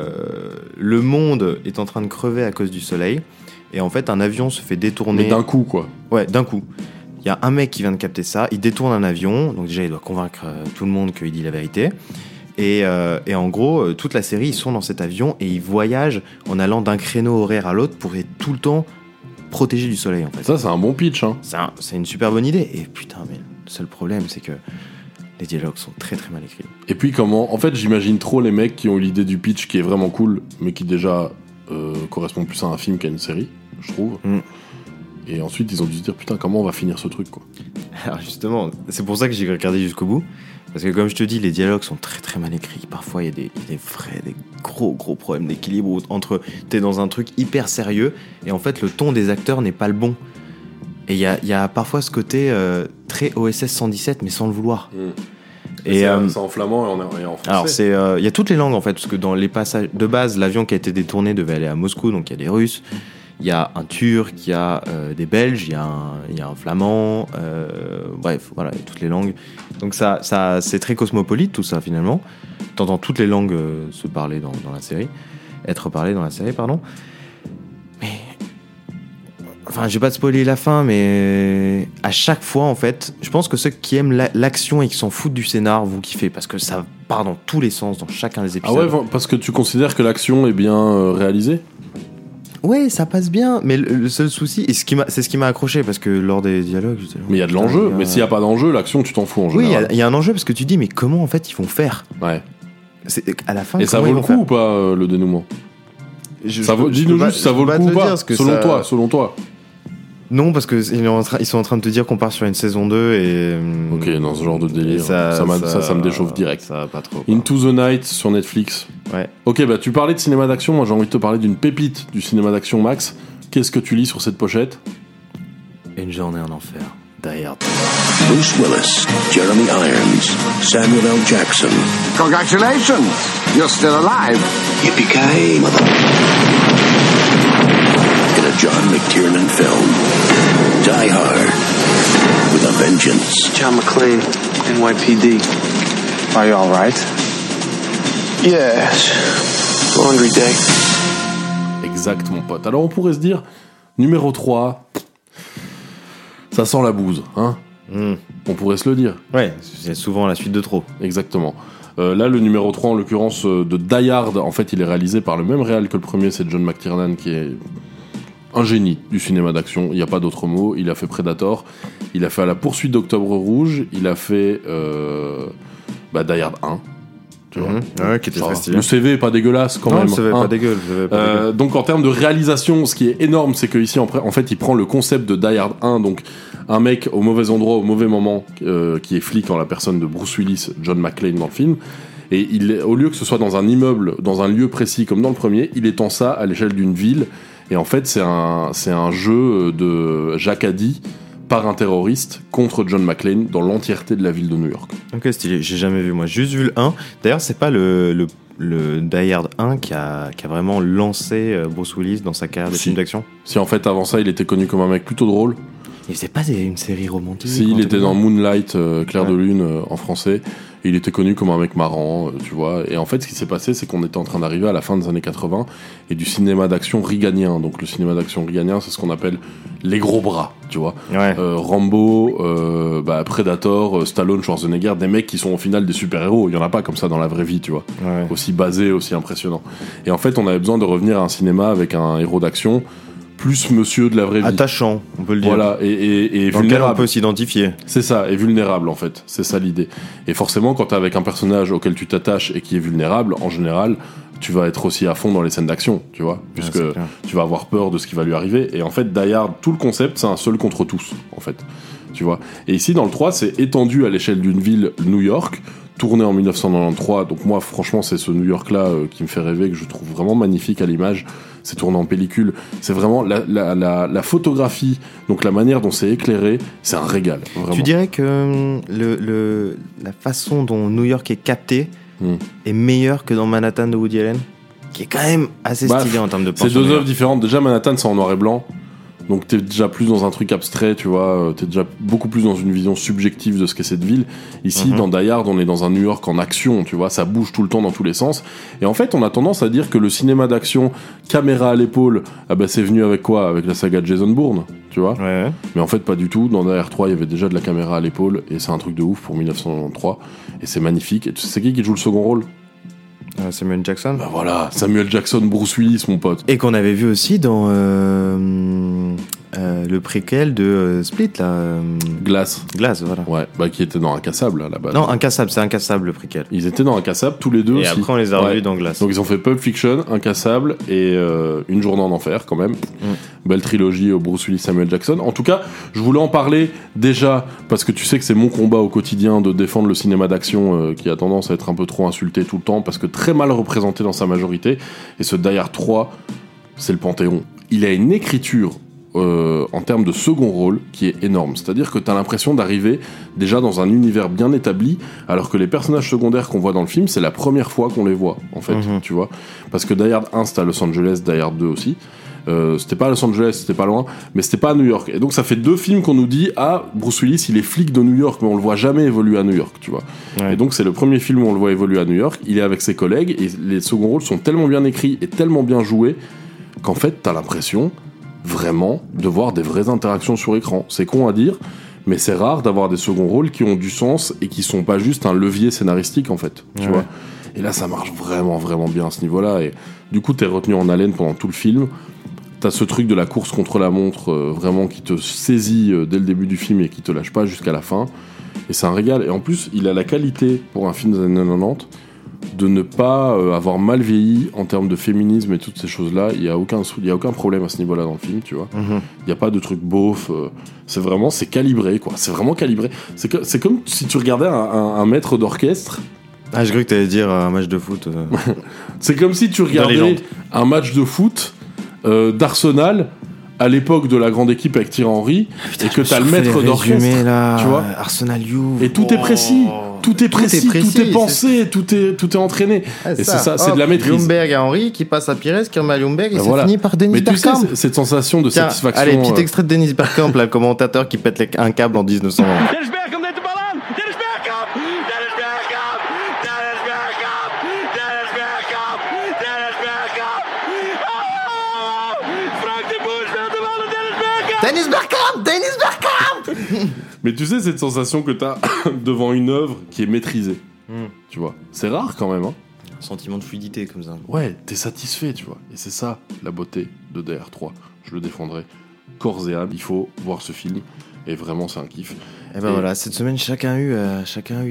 le monde est en train de crever à cause du soleil. Et en fait, un avion se fait détourner. Mais d'un coup, quoi. Ouais, d'un coup. Il y a un mec qui vient de capter ça. Il détourne un avion. Donc déjà, il doit convaincre tout le monde qu'il dit la vérité. Et en gros, toute la série, ils sont dans cet avion et ils voyagent en allant d'un créneau horaire à l'autre pour être tout le temps protégés du soleil, en fait. Ça, c'est un bon pitch, hein. C'est une super bonne idée. Et putain, mais le seul problème, c'est que les dialogues sont très très mal écrits. Et puis comment... En fait, j'imagine trop les mecs qui ont eu l'idée du pitch qui est vraiment cool, mais qui déjà correspond plus à un film qu'à une série, je trouve. Et ensuite, ils ont dû se dire, putain, comment on va finir ce truc, quoi. Alors justement, c'est pour ça que j'ai regardé jusqu'au bout. Parce que comme je te dis, les dialogues sont très très mal écrits. Parfois, il y a des gros problèmes d'équilibre entre t'es dans un truc hyper sérieux et en fait, le ton des acteurs n'est pas le bon. Et il y a parfois ce côté très OSS 117, mais sans le vouloir. Et c'est en flamand et en français. Alors, il y a toutes les langues en fait, parce que dans les passages de base, l'avion qui a été détourné devait aller à Moscou, donc il y a des Russes. Il y a un Turc, il y a des Belges, il y a un Flamand, bref, voilà, il y a toutes les langues. Donc ça c'est très cosmopolite tout ça finalement. T'entends toutes les langues se parler dans la série, être parlées dans la série, pardon. Mais, enfin, je vais pas te spoiler la fin, mais à chaque fois en fait, je pense que ceux qui aiment l'action et qui s'en foutent du scénar, vous kiffez parce que ça part dans tous les sens dans chacun des épisodes. Ah ouais, parce que tu considères que l'action est bien réalisée ? Ouais, ça passe bien, mais le seul souci, et c'est ce qui m'a accroché, parce que lors des dialogues... Mais il y a de l'enjeu, mais s'il n'y a pas d'enjeu, l'action, tu t'en fous en général. Oui, il y a un enjeu, parce que tu dis, mais comment en fait ils vont faire ? Ouais. À la fin, et ça vaut le coup ou pas, le dénouement ? Dis-nous juste si ça vaut le coup ou pas, selon toi. Non, parce qu'ils sont en train de te dire qu'on part sur une saison 2 et... Ok, dans ce genre de délire, ça me déchauffe direct. Ça va pas trop. Into the Night sur Netflix. Ouais. Ok, bah tu parlais de cinéma d'action, moi j'ai envie de te parler d'une pépite du cinéma d'action, Max. Qu'est-ce que tu lis sur cette pochette ? Une journée en enfer. Derrière. Bruce Willis, Jeremy Irons, Samuel L. Jackson. Congratulations, you're still alive. Yippee-ki-yay, mother... In a John McTiernan film, Die Hard, with a vengeance. John McClane, NYPD. Are you all right? Yes. Laundry day. Exact, mon pote. Alors on pourrait se dire, numéro 3, ça sent la bouse, hein. On pourrait se le dire. Ouais, c'est souvent la suite de trop. Exactement. Là, le numéro 3, en l'occurrence, de Die Hard, en fait, il est réalisé par le même réal que le premier, c'est John McTiernan, qui est un génie du cinéma d'action, il n'y a pas d'autre mot. Il a fait Predator, il a fait À la poursuite d'Octobre Rouge, il a fait Die Hard 1. Tu vois. Ouais, qui était très stylé. Le CV est pas dégueulasse quand même. Le CV est pas dégueu. Donc en termes de réalisation, ce qui est énorme, c'est qu'ici, en fait, il prend le concept de Die Hard 1, donc un mec au mauvais endroit, au mauvais moment, qui est flic en la personne de Bruce Willis, John McClane dans le film. Et au lieu que ce soit dans un immeuble, dans un lieu précis comme dans le premier, il étend ça à l'échelle d'une ville. Et en fait, c'est un jeu de Jacques Addy par un terroriste contre John McClane dans l'entièreté de la ville de New York. Ok, stylé. J'ai jamais vu, moi. Juste vu le 1. D'ailleurs, c'est pas le Die Hard 1 qui a vraiment lancé Bruce Willis dans sa carrière de film d'action. Si, en fait, avant ça, il était connu comme un mec plutôt drôle. Il faisait pas une série romantique. Si, il était dans Moonlight, Clair de Lune, en français. Et il était connu comme un mec marrant, tu vois. Et en fait, ce qui s'est passé, c'est qu'on était en train d'arriver à la fin des années 80 et du cinéma d'action reaganien. Donc, le cinéma d'action reaganien, c'est ce qu'on appelle les gros bras, tu vois. Ouais. Rambo, Predator, Stallone, Schwarzenegger, des mecs qui sont au final des super-héros. Il y en a pas comme ça dans la vraie vie, tu vois. Ouais. Aussi basé, aussi impressionnant. Et en fait, on avait besoin de revenir à un cinéma avec un héros d'action plus monsieur de la vraie vie. Attachant, on peut le dire. Voilà, et dans lequel on peut s'identifier. C'est ça, et vulnérable en fait. C'est ça l'idée. Et forcément, quand t'es avec un personnage auquel tu t'attaches et qui est vulnérable, en général, tu vas être aussi à fond dans les scènes d'action, tu vois, puisque tu vas avoir peur de ce qui va lui arriver. Et en fait, Die Hard, tout le concept, c'est un seul contre tous, en fait. Tu vois. Et ici, dans le 3, c'est étendu à l'échelle d'une ville, New York, tourné en 1993. Donc moi, franchement, c'est ce New York-là qui me fait rêver, que je trouve vraiment magnifique à l'image. C'est tourné en pellicule. C'est vraiment la photographie, donc la manière dont c'est éclairé, c'est un régal. Vraiment. Tu dirais que la façon dont New York est capté est meilleure que dans Manhattan de Woody Allen, qui est quand même assez stylé en termes de pension. C'est deux œuvres différentes. Déjà, Manhattan, c'est en noir et blanc. Donc t'es déjà plus dans un truc abstrait, tu vois, t'es déjà beaucoup plus dans une vision subjective de ce qu'est cette ville. Ici, dans Die Hard, on est dans un New York en action, tu vois, ça bouge tout le temps dans tous les sens. Et en fait, on a tendance à dire que le cinéma d'action, caméra à l'épaule, c'est venu avec quoi ? Avec la saga de Jason Bourne, tu vois. Ouais. Mais en fait, pas du tout. Dans Die Hard 3, il y avait déjà de la caméra à l'épaule, et c'est un truc de ouf pour 1993. Et c'est magnifique. Et tu sais, c'est qui joue le second rôle ? Samuel Jackson. Bah voilà, Samuel Jackson, Bruce Willis, mon pote. Et qu'on avait vu aussi dans le préquel de Split, là. Glass, voilà. Ouais, qui était dans Incassable, à la base. Non, Incassable, c'est Incassable, le préquel. Ils étaient dans Incassable, tous les deux et aussi. Et après, on les a revus dans Glass. Donc, ils ont fait Pulp Fiction, Incassable et Une journée en enfer, quand même. Belle trilogie au Bruce Willis, Samuel Jackson. En tout cas, je voulais en parler déjà, parce que tu sais que c'est mon combat au quotidien de défendre le cinéma d'action qui a tendance à être un peu trop insulté tout le temps, parce que très mal représenté dans sa majorité. Et ce Die Hard 3, c'est le Panthéon. Il a une écriture en termes de second rôle qui est énorme. C'est-à-dire que t'as l'impression d'arriver déjà dans un univers bien établi, alors que les personnages secondaires qu'on voit dans le film, c'est la première fois qu'on les voit, en fait, tu vois. Parce que Die Hard 1, c'était à Los Angeles, Die Hard 2 aussi. C'était pas à Los Angeles, c'était pas loin, mais c'était pas à New York. Et donc ça fait 2 films qu'on nous dit Bruce Willis, il est flic de New York, mais on le voit jamais évoluer à New York, tu vois. Ouais. Et donc c'est le premier film où on le voit évoluer à New York. Il est avec ses collègues et les seconds rôles sont tellement bien écrits et tellement bien joués qu'en fait t'as l'impression vraiment de voir des vraies interactions sur écran. C'est con à dire, mais c'est rare d'avoir des seconds rôles qui ont du sens et qui sont pas juste un levier scénaristique, en fait, tu vois. Et là ça marche vraiment vraiment bien à ce niveau-là, et du coup t'es retenu en haleine pendant tout le film. T'as ce truc de la course contre la montre vraiment qui te saisit dès le début du film et qui te lâche pas jusqu'à la fin, et c'est un régal. Et en plus il a la qualité pour un film des années 90 de ne pas avoir mal vieilli en termes de féminisme et toutes ces choses-là. Il y a aucun problème à ce niveau-là dans le film, tu vois. Il y a pas de truc beauf, c'est calibré, quoi. C'est vraiment calibré. C'est comme si tu regardais un maître d'orchestre. Ah, j'ai cru que t'allais dire un match de foot. C'est comme si tu regardais un match de foot d'Arsenal à l'époque de la grande équipe avec Thierry Henry, et que t'as le maître d'orchestre, là, tu vois, Arsenal Juve, et tout est précis, tout est précis, tout est pensé, tout est entraîné. Et c'est ça, c'est de la maîtrise. Ljungberg à Henry qui passe à Pires, qui remet à Ljungberg, et c'est fini par Dennis Bergkamp. Mais tu sais, cette sensation de satisfaction. Allez, petit extrait de Dennis Bergkamp, là, le commentateur qui pète un câble en 1900. Dennis Bergkamp. Mais tu sais, cette sensation que t'as devant une œuvre qui est maîtrisée. tu vois. C'est rare quand même, hein. Un sentiment de fluidité comme ça. Ouais, t'es satisfait, tu vois. Et c'est ça, la beauté de DR3. Je le défendrai corps et âme. Il faut voir ce film. Et vraiment, c'est un kiff. Et ben voilà, cette semaine, chacun a eu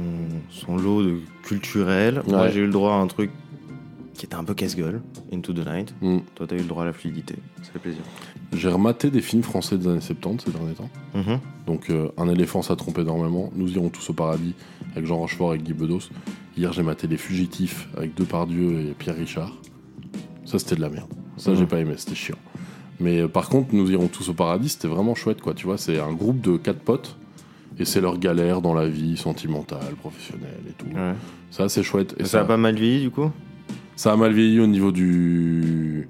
son lot de culturel. Ouais. Moi, j'ai eu le droit à un truc qui était un peu casse-gueule, Into the Night. Toi, t'as eu le droit à la fluidité. Ça fait plaisir. J'ai rematé des films français des années 70 ces derniers temps. Donc, Un éléphant, ça trompe énormément. Nous irons tous au paradis avec Jean Rochefort et Guy Bedos. Hier, j'ai maté Les Fugitifs avec Depardieu et Pierre Richard. Ça, c'était de la merde. Ça, j'ai pas aimé, c'était chiant. Mais par contre, Nous irons tous au paradis, c'était vraiment chouette, quoi. Tu vois, c'est un groupe de 4 potes et c'est leur galère dans la vie sentimentale, professionnelle et tout. Ouais. Ça, c'est chouette. Et ça a pas mal vieilli, du coup ? Ça a mal vieilli au niveau du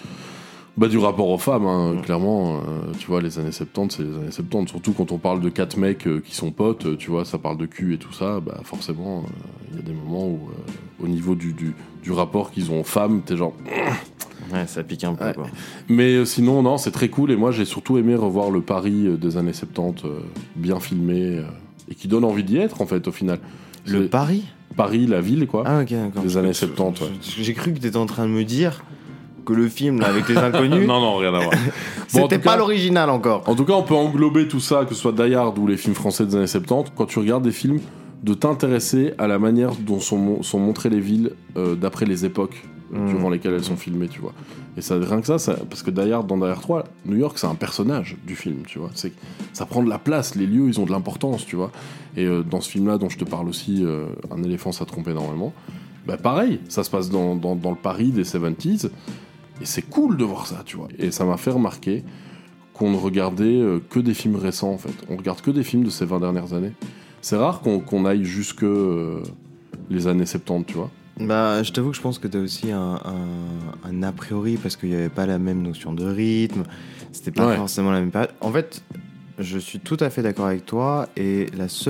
rapport aux femmes, hein, clairement. Tu vois, les années 70, c'est les années 70. Surtout quand on parle de 4 mecs qui sont potes, tu vois, ça parle de cul et tout ça, bah forcément, il y a des moments où, au niveau du rapport qu'ils ont aux femmes, t'es genre... Ouais, ça pique un peu, quoi. Mais sinon, non, c'est très cool. Et moi, j'ai surtout aimé revoir le Paris des années 70, bien filmé, et qui donne envie d'y être, en fait, au final. Le Paris ? Paris, la ville, quoi. Ah, ok, d'accord. Des années 70, ouais. J'ai cru que t'étais en train de me dire que le film, là, avec les inconnus... non, rien à voir. C'était pas l'original, encore. En tout cas, on peut englober tout ça, que ce soit Die Hard ou les films français des années 70, quand tu regardes des films, de t'intéresser à la manière dont sont montrées les villes d'après les époques durant lesquelles elles sont filmées, tu vois. Et ça, rien que ça, parce que Die Hard, dans Die Hard 3, New York, c'est un personnage du film, tu vois. Ça prend de la place, les lieux, ils ont de l'importance, tu vois. Et dans ce film-là, dont je te parle aussi, Un éléphant, ça trompe énormément, bah pareil, ça se passe dans le Paris des 70s, et c'est cool de voir ça, tu vois. Et ça m'a fait remarquer qu'on ne regardait que des films récents, en fait. On regarde que des films de ces 20 dernières années. C'est rare qu'on aille jusque les années 70, tu vois. Bah, je t'avoue que je pense que t'as aussi un a priori, parce qu'il n'y avait pas la même notion de rythme, c'était pas forcément la même période. En fait, je suis tout à fait d'accord avec toi, et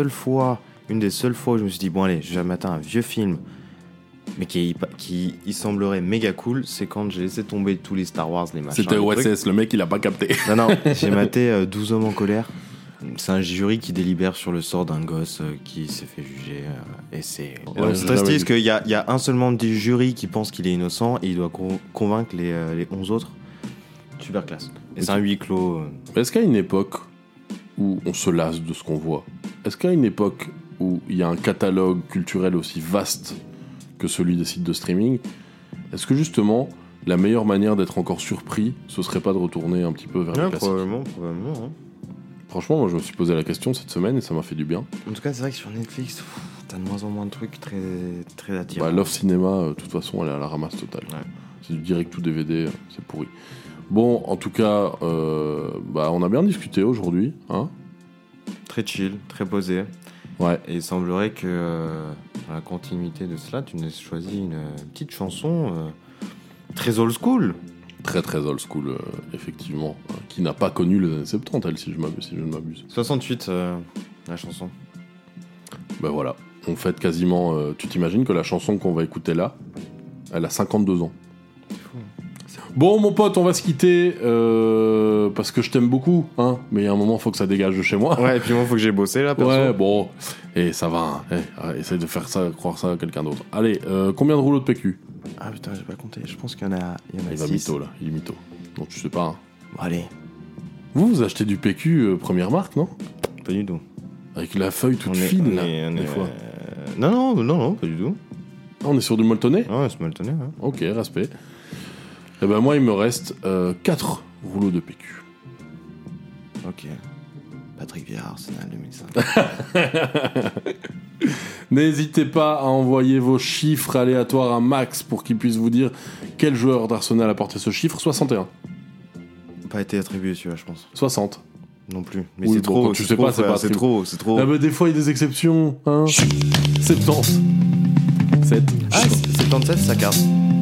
une des seules fois où je me suis dit, bon allez, je vais mater un vieux film, mais qui il semblerait méga cool, c'est quand j'ai laissé tomber tous les Star Wars, les machins. C'était OSS, le mec il a pas capté. Non, j'ai maté 12 hommes en colère. C'est un jury qui délibère sur le sort d'un gosse qui s'est fait juger. Et c'est triste parce qu'il y a un seul membre du jury qui pense qu'il est innocent et il doit convaincre les 11 autres. Super classe. Et c'est un huis clos. Est-ce qu'à une époque où on se lasse de ce qu'on voit, est-ce qu'à une époque où il y a un catalogue culturel aussi vaste que celui des sites de streaming, est-ce que justement la meilleure manière d'être encore surpris, ce serait pas de retourner un petit peu vers le classique ? Probablement. Hein. Franchement, moi je me suis posé la question cette semaine et ça m'a fait du bien. En tout cas, c'est vrai que sur Netflix, t'as de moins en moins de trucs très, très attirants. Bah, Love Cinéma, de toute façon, elle est à la ramasse totale. Ouais. C'est du direct to DVD, c'est pourri. Bon, en tout cas, on a bien discuté aujourd'hui. Hein, très chill, très posé. Ouais. Et il semblerait que, dans la continuité de cela, tu nous aies choisi une petite chanson très old school. Très très old school, effectivement, qui n'a pas connu les années 70, elle, si je ne m'abuse. 68, la chanson. Ben voilà, on fête quasiment... tu t'imagines que la chanson qu'on va écouter là, elle a 52 ans. C'est fou. Bon, mon pote, on va se quitter, parce que je t'aime beaucoup, hein, mais à un moment, il faut que ça dégage de chez moi. Ouais, et puis moi, il faut que j'ai bossé, là, perso. Ouais, bon, et ça va, hein, essaye de faire ça, croire ça à quelqu'un d'autre. Allez, combien de rouleaux de PQ ? Ah putain, j'ai pas compté. Je pense qu'il y en a 6. Il va mytho, là. Il est mytho. Donc, tu sais pas. Hein. Bon, allez. Vous achetez du PQ première marque, non ? Pas du tout. Avec la feuille toute fine, là, des fois. Non, pas du tout. Ah, on est sur du molletonné ? Ouais, c'est molletonné, ouais. Ok, respect. Et ben moi, il me reste 4 rouleaux de PQ. Ok. Patrick Vieira, Arsenal 2005. N'hésitez pas à envoyer vos chiffres aléatoires à Max pour qu'il puisse vous dire quel joueur d'Arsenal a porté ce chiffre. 61. Pas été attribué celui-là, je pense. 60. Non plus. Mais oui, c'est trop. Quand tu sais pas, c'est trop. Ah bah, des fois, il y a des exceptions. Hein. 70. 7. Ah, 77, ça carte.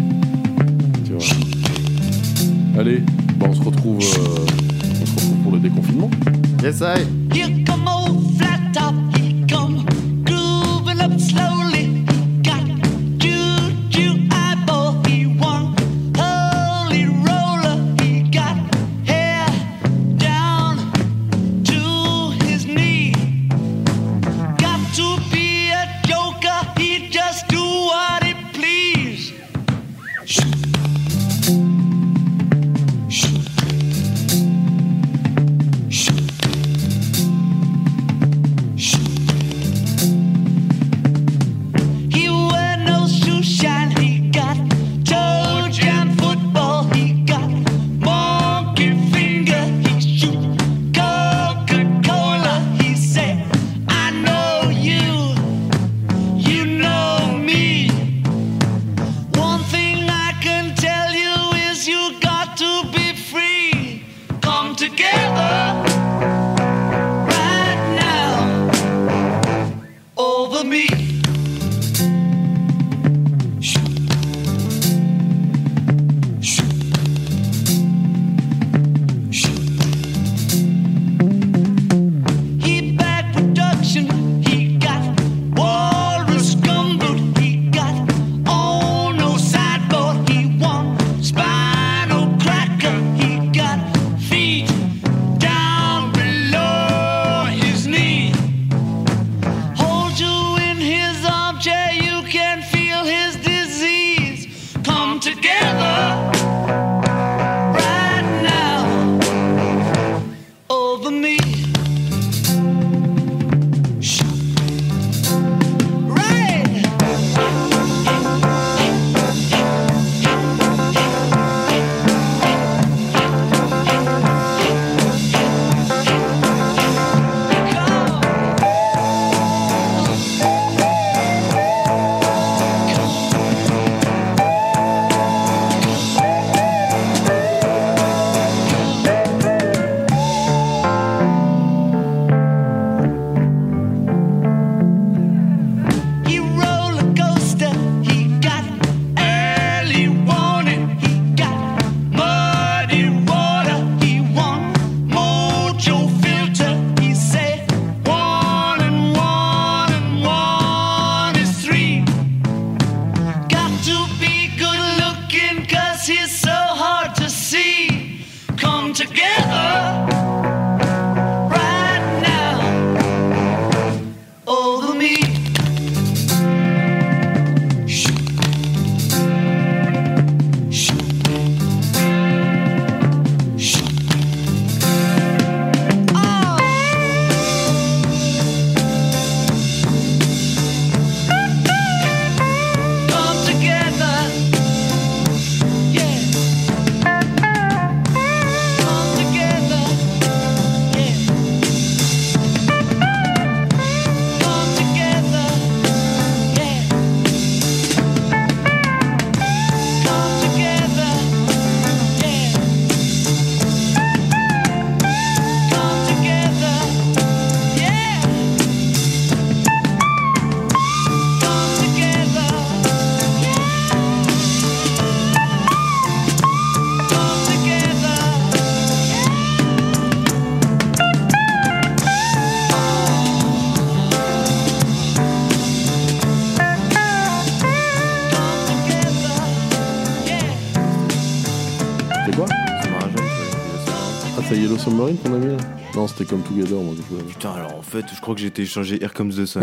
Tu vois. Allez, on se retrouve pour le déconfinement. Yes, I. Here come old flat top, he come grooving up slowly. Got juju eyeball, he one holy roller. He got hair down to his knee. Got to be a joker, he over me. He back production, he got walrus gumboot, he got on no sideboard, he won spinal cracker, he got feet down below his knee. Hold you in his armchair, you can feel his disease come together right now over me. He roller coaster, he got early warning, he got muddy water, he won mojo filter, he said 1 and 1 and 1 is 3. Got to be good looking 'cause he's so hard to see. Come together right now over me. Come together, yeah. Come together, yeah. Come together, yeah. Come together, yeah. Come together, yeah. Come together, come together. C'est quoi Ça m'a rajeuni, Ah, c'est Yellow Submarine qu'on a mis là? Non, c'était Come Together, moi que je voulais. Putain, alors en fait, je crois que j'ai téléchargé Here Comes the Sun.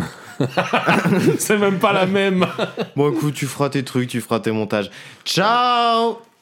C'est même pas la même. Bon, écoute, tu feras tes trucs, tu feras tes montages. Ciao!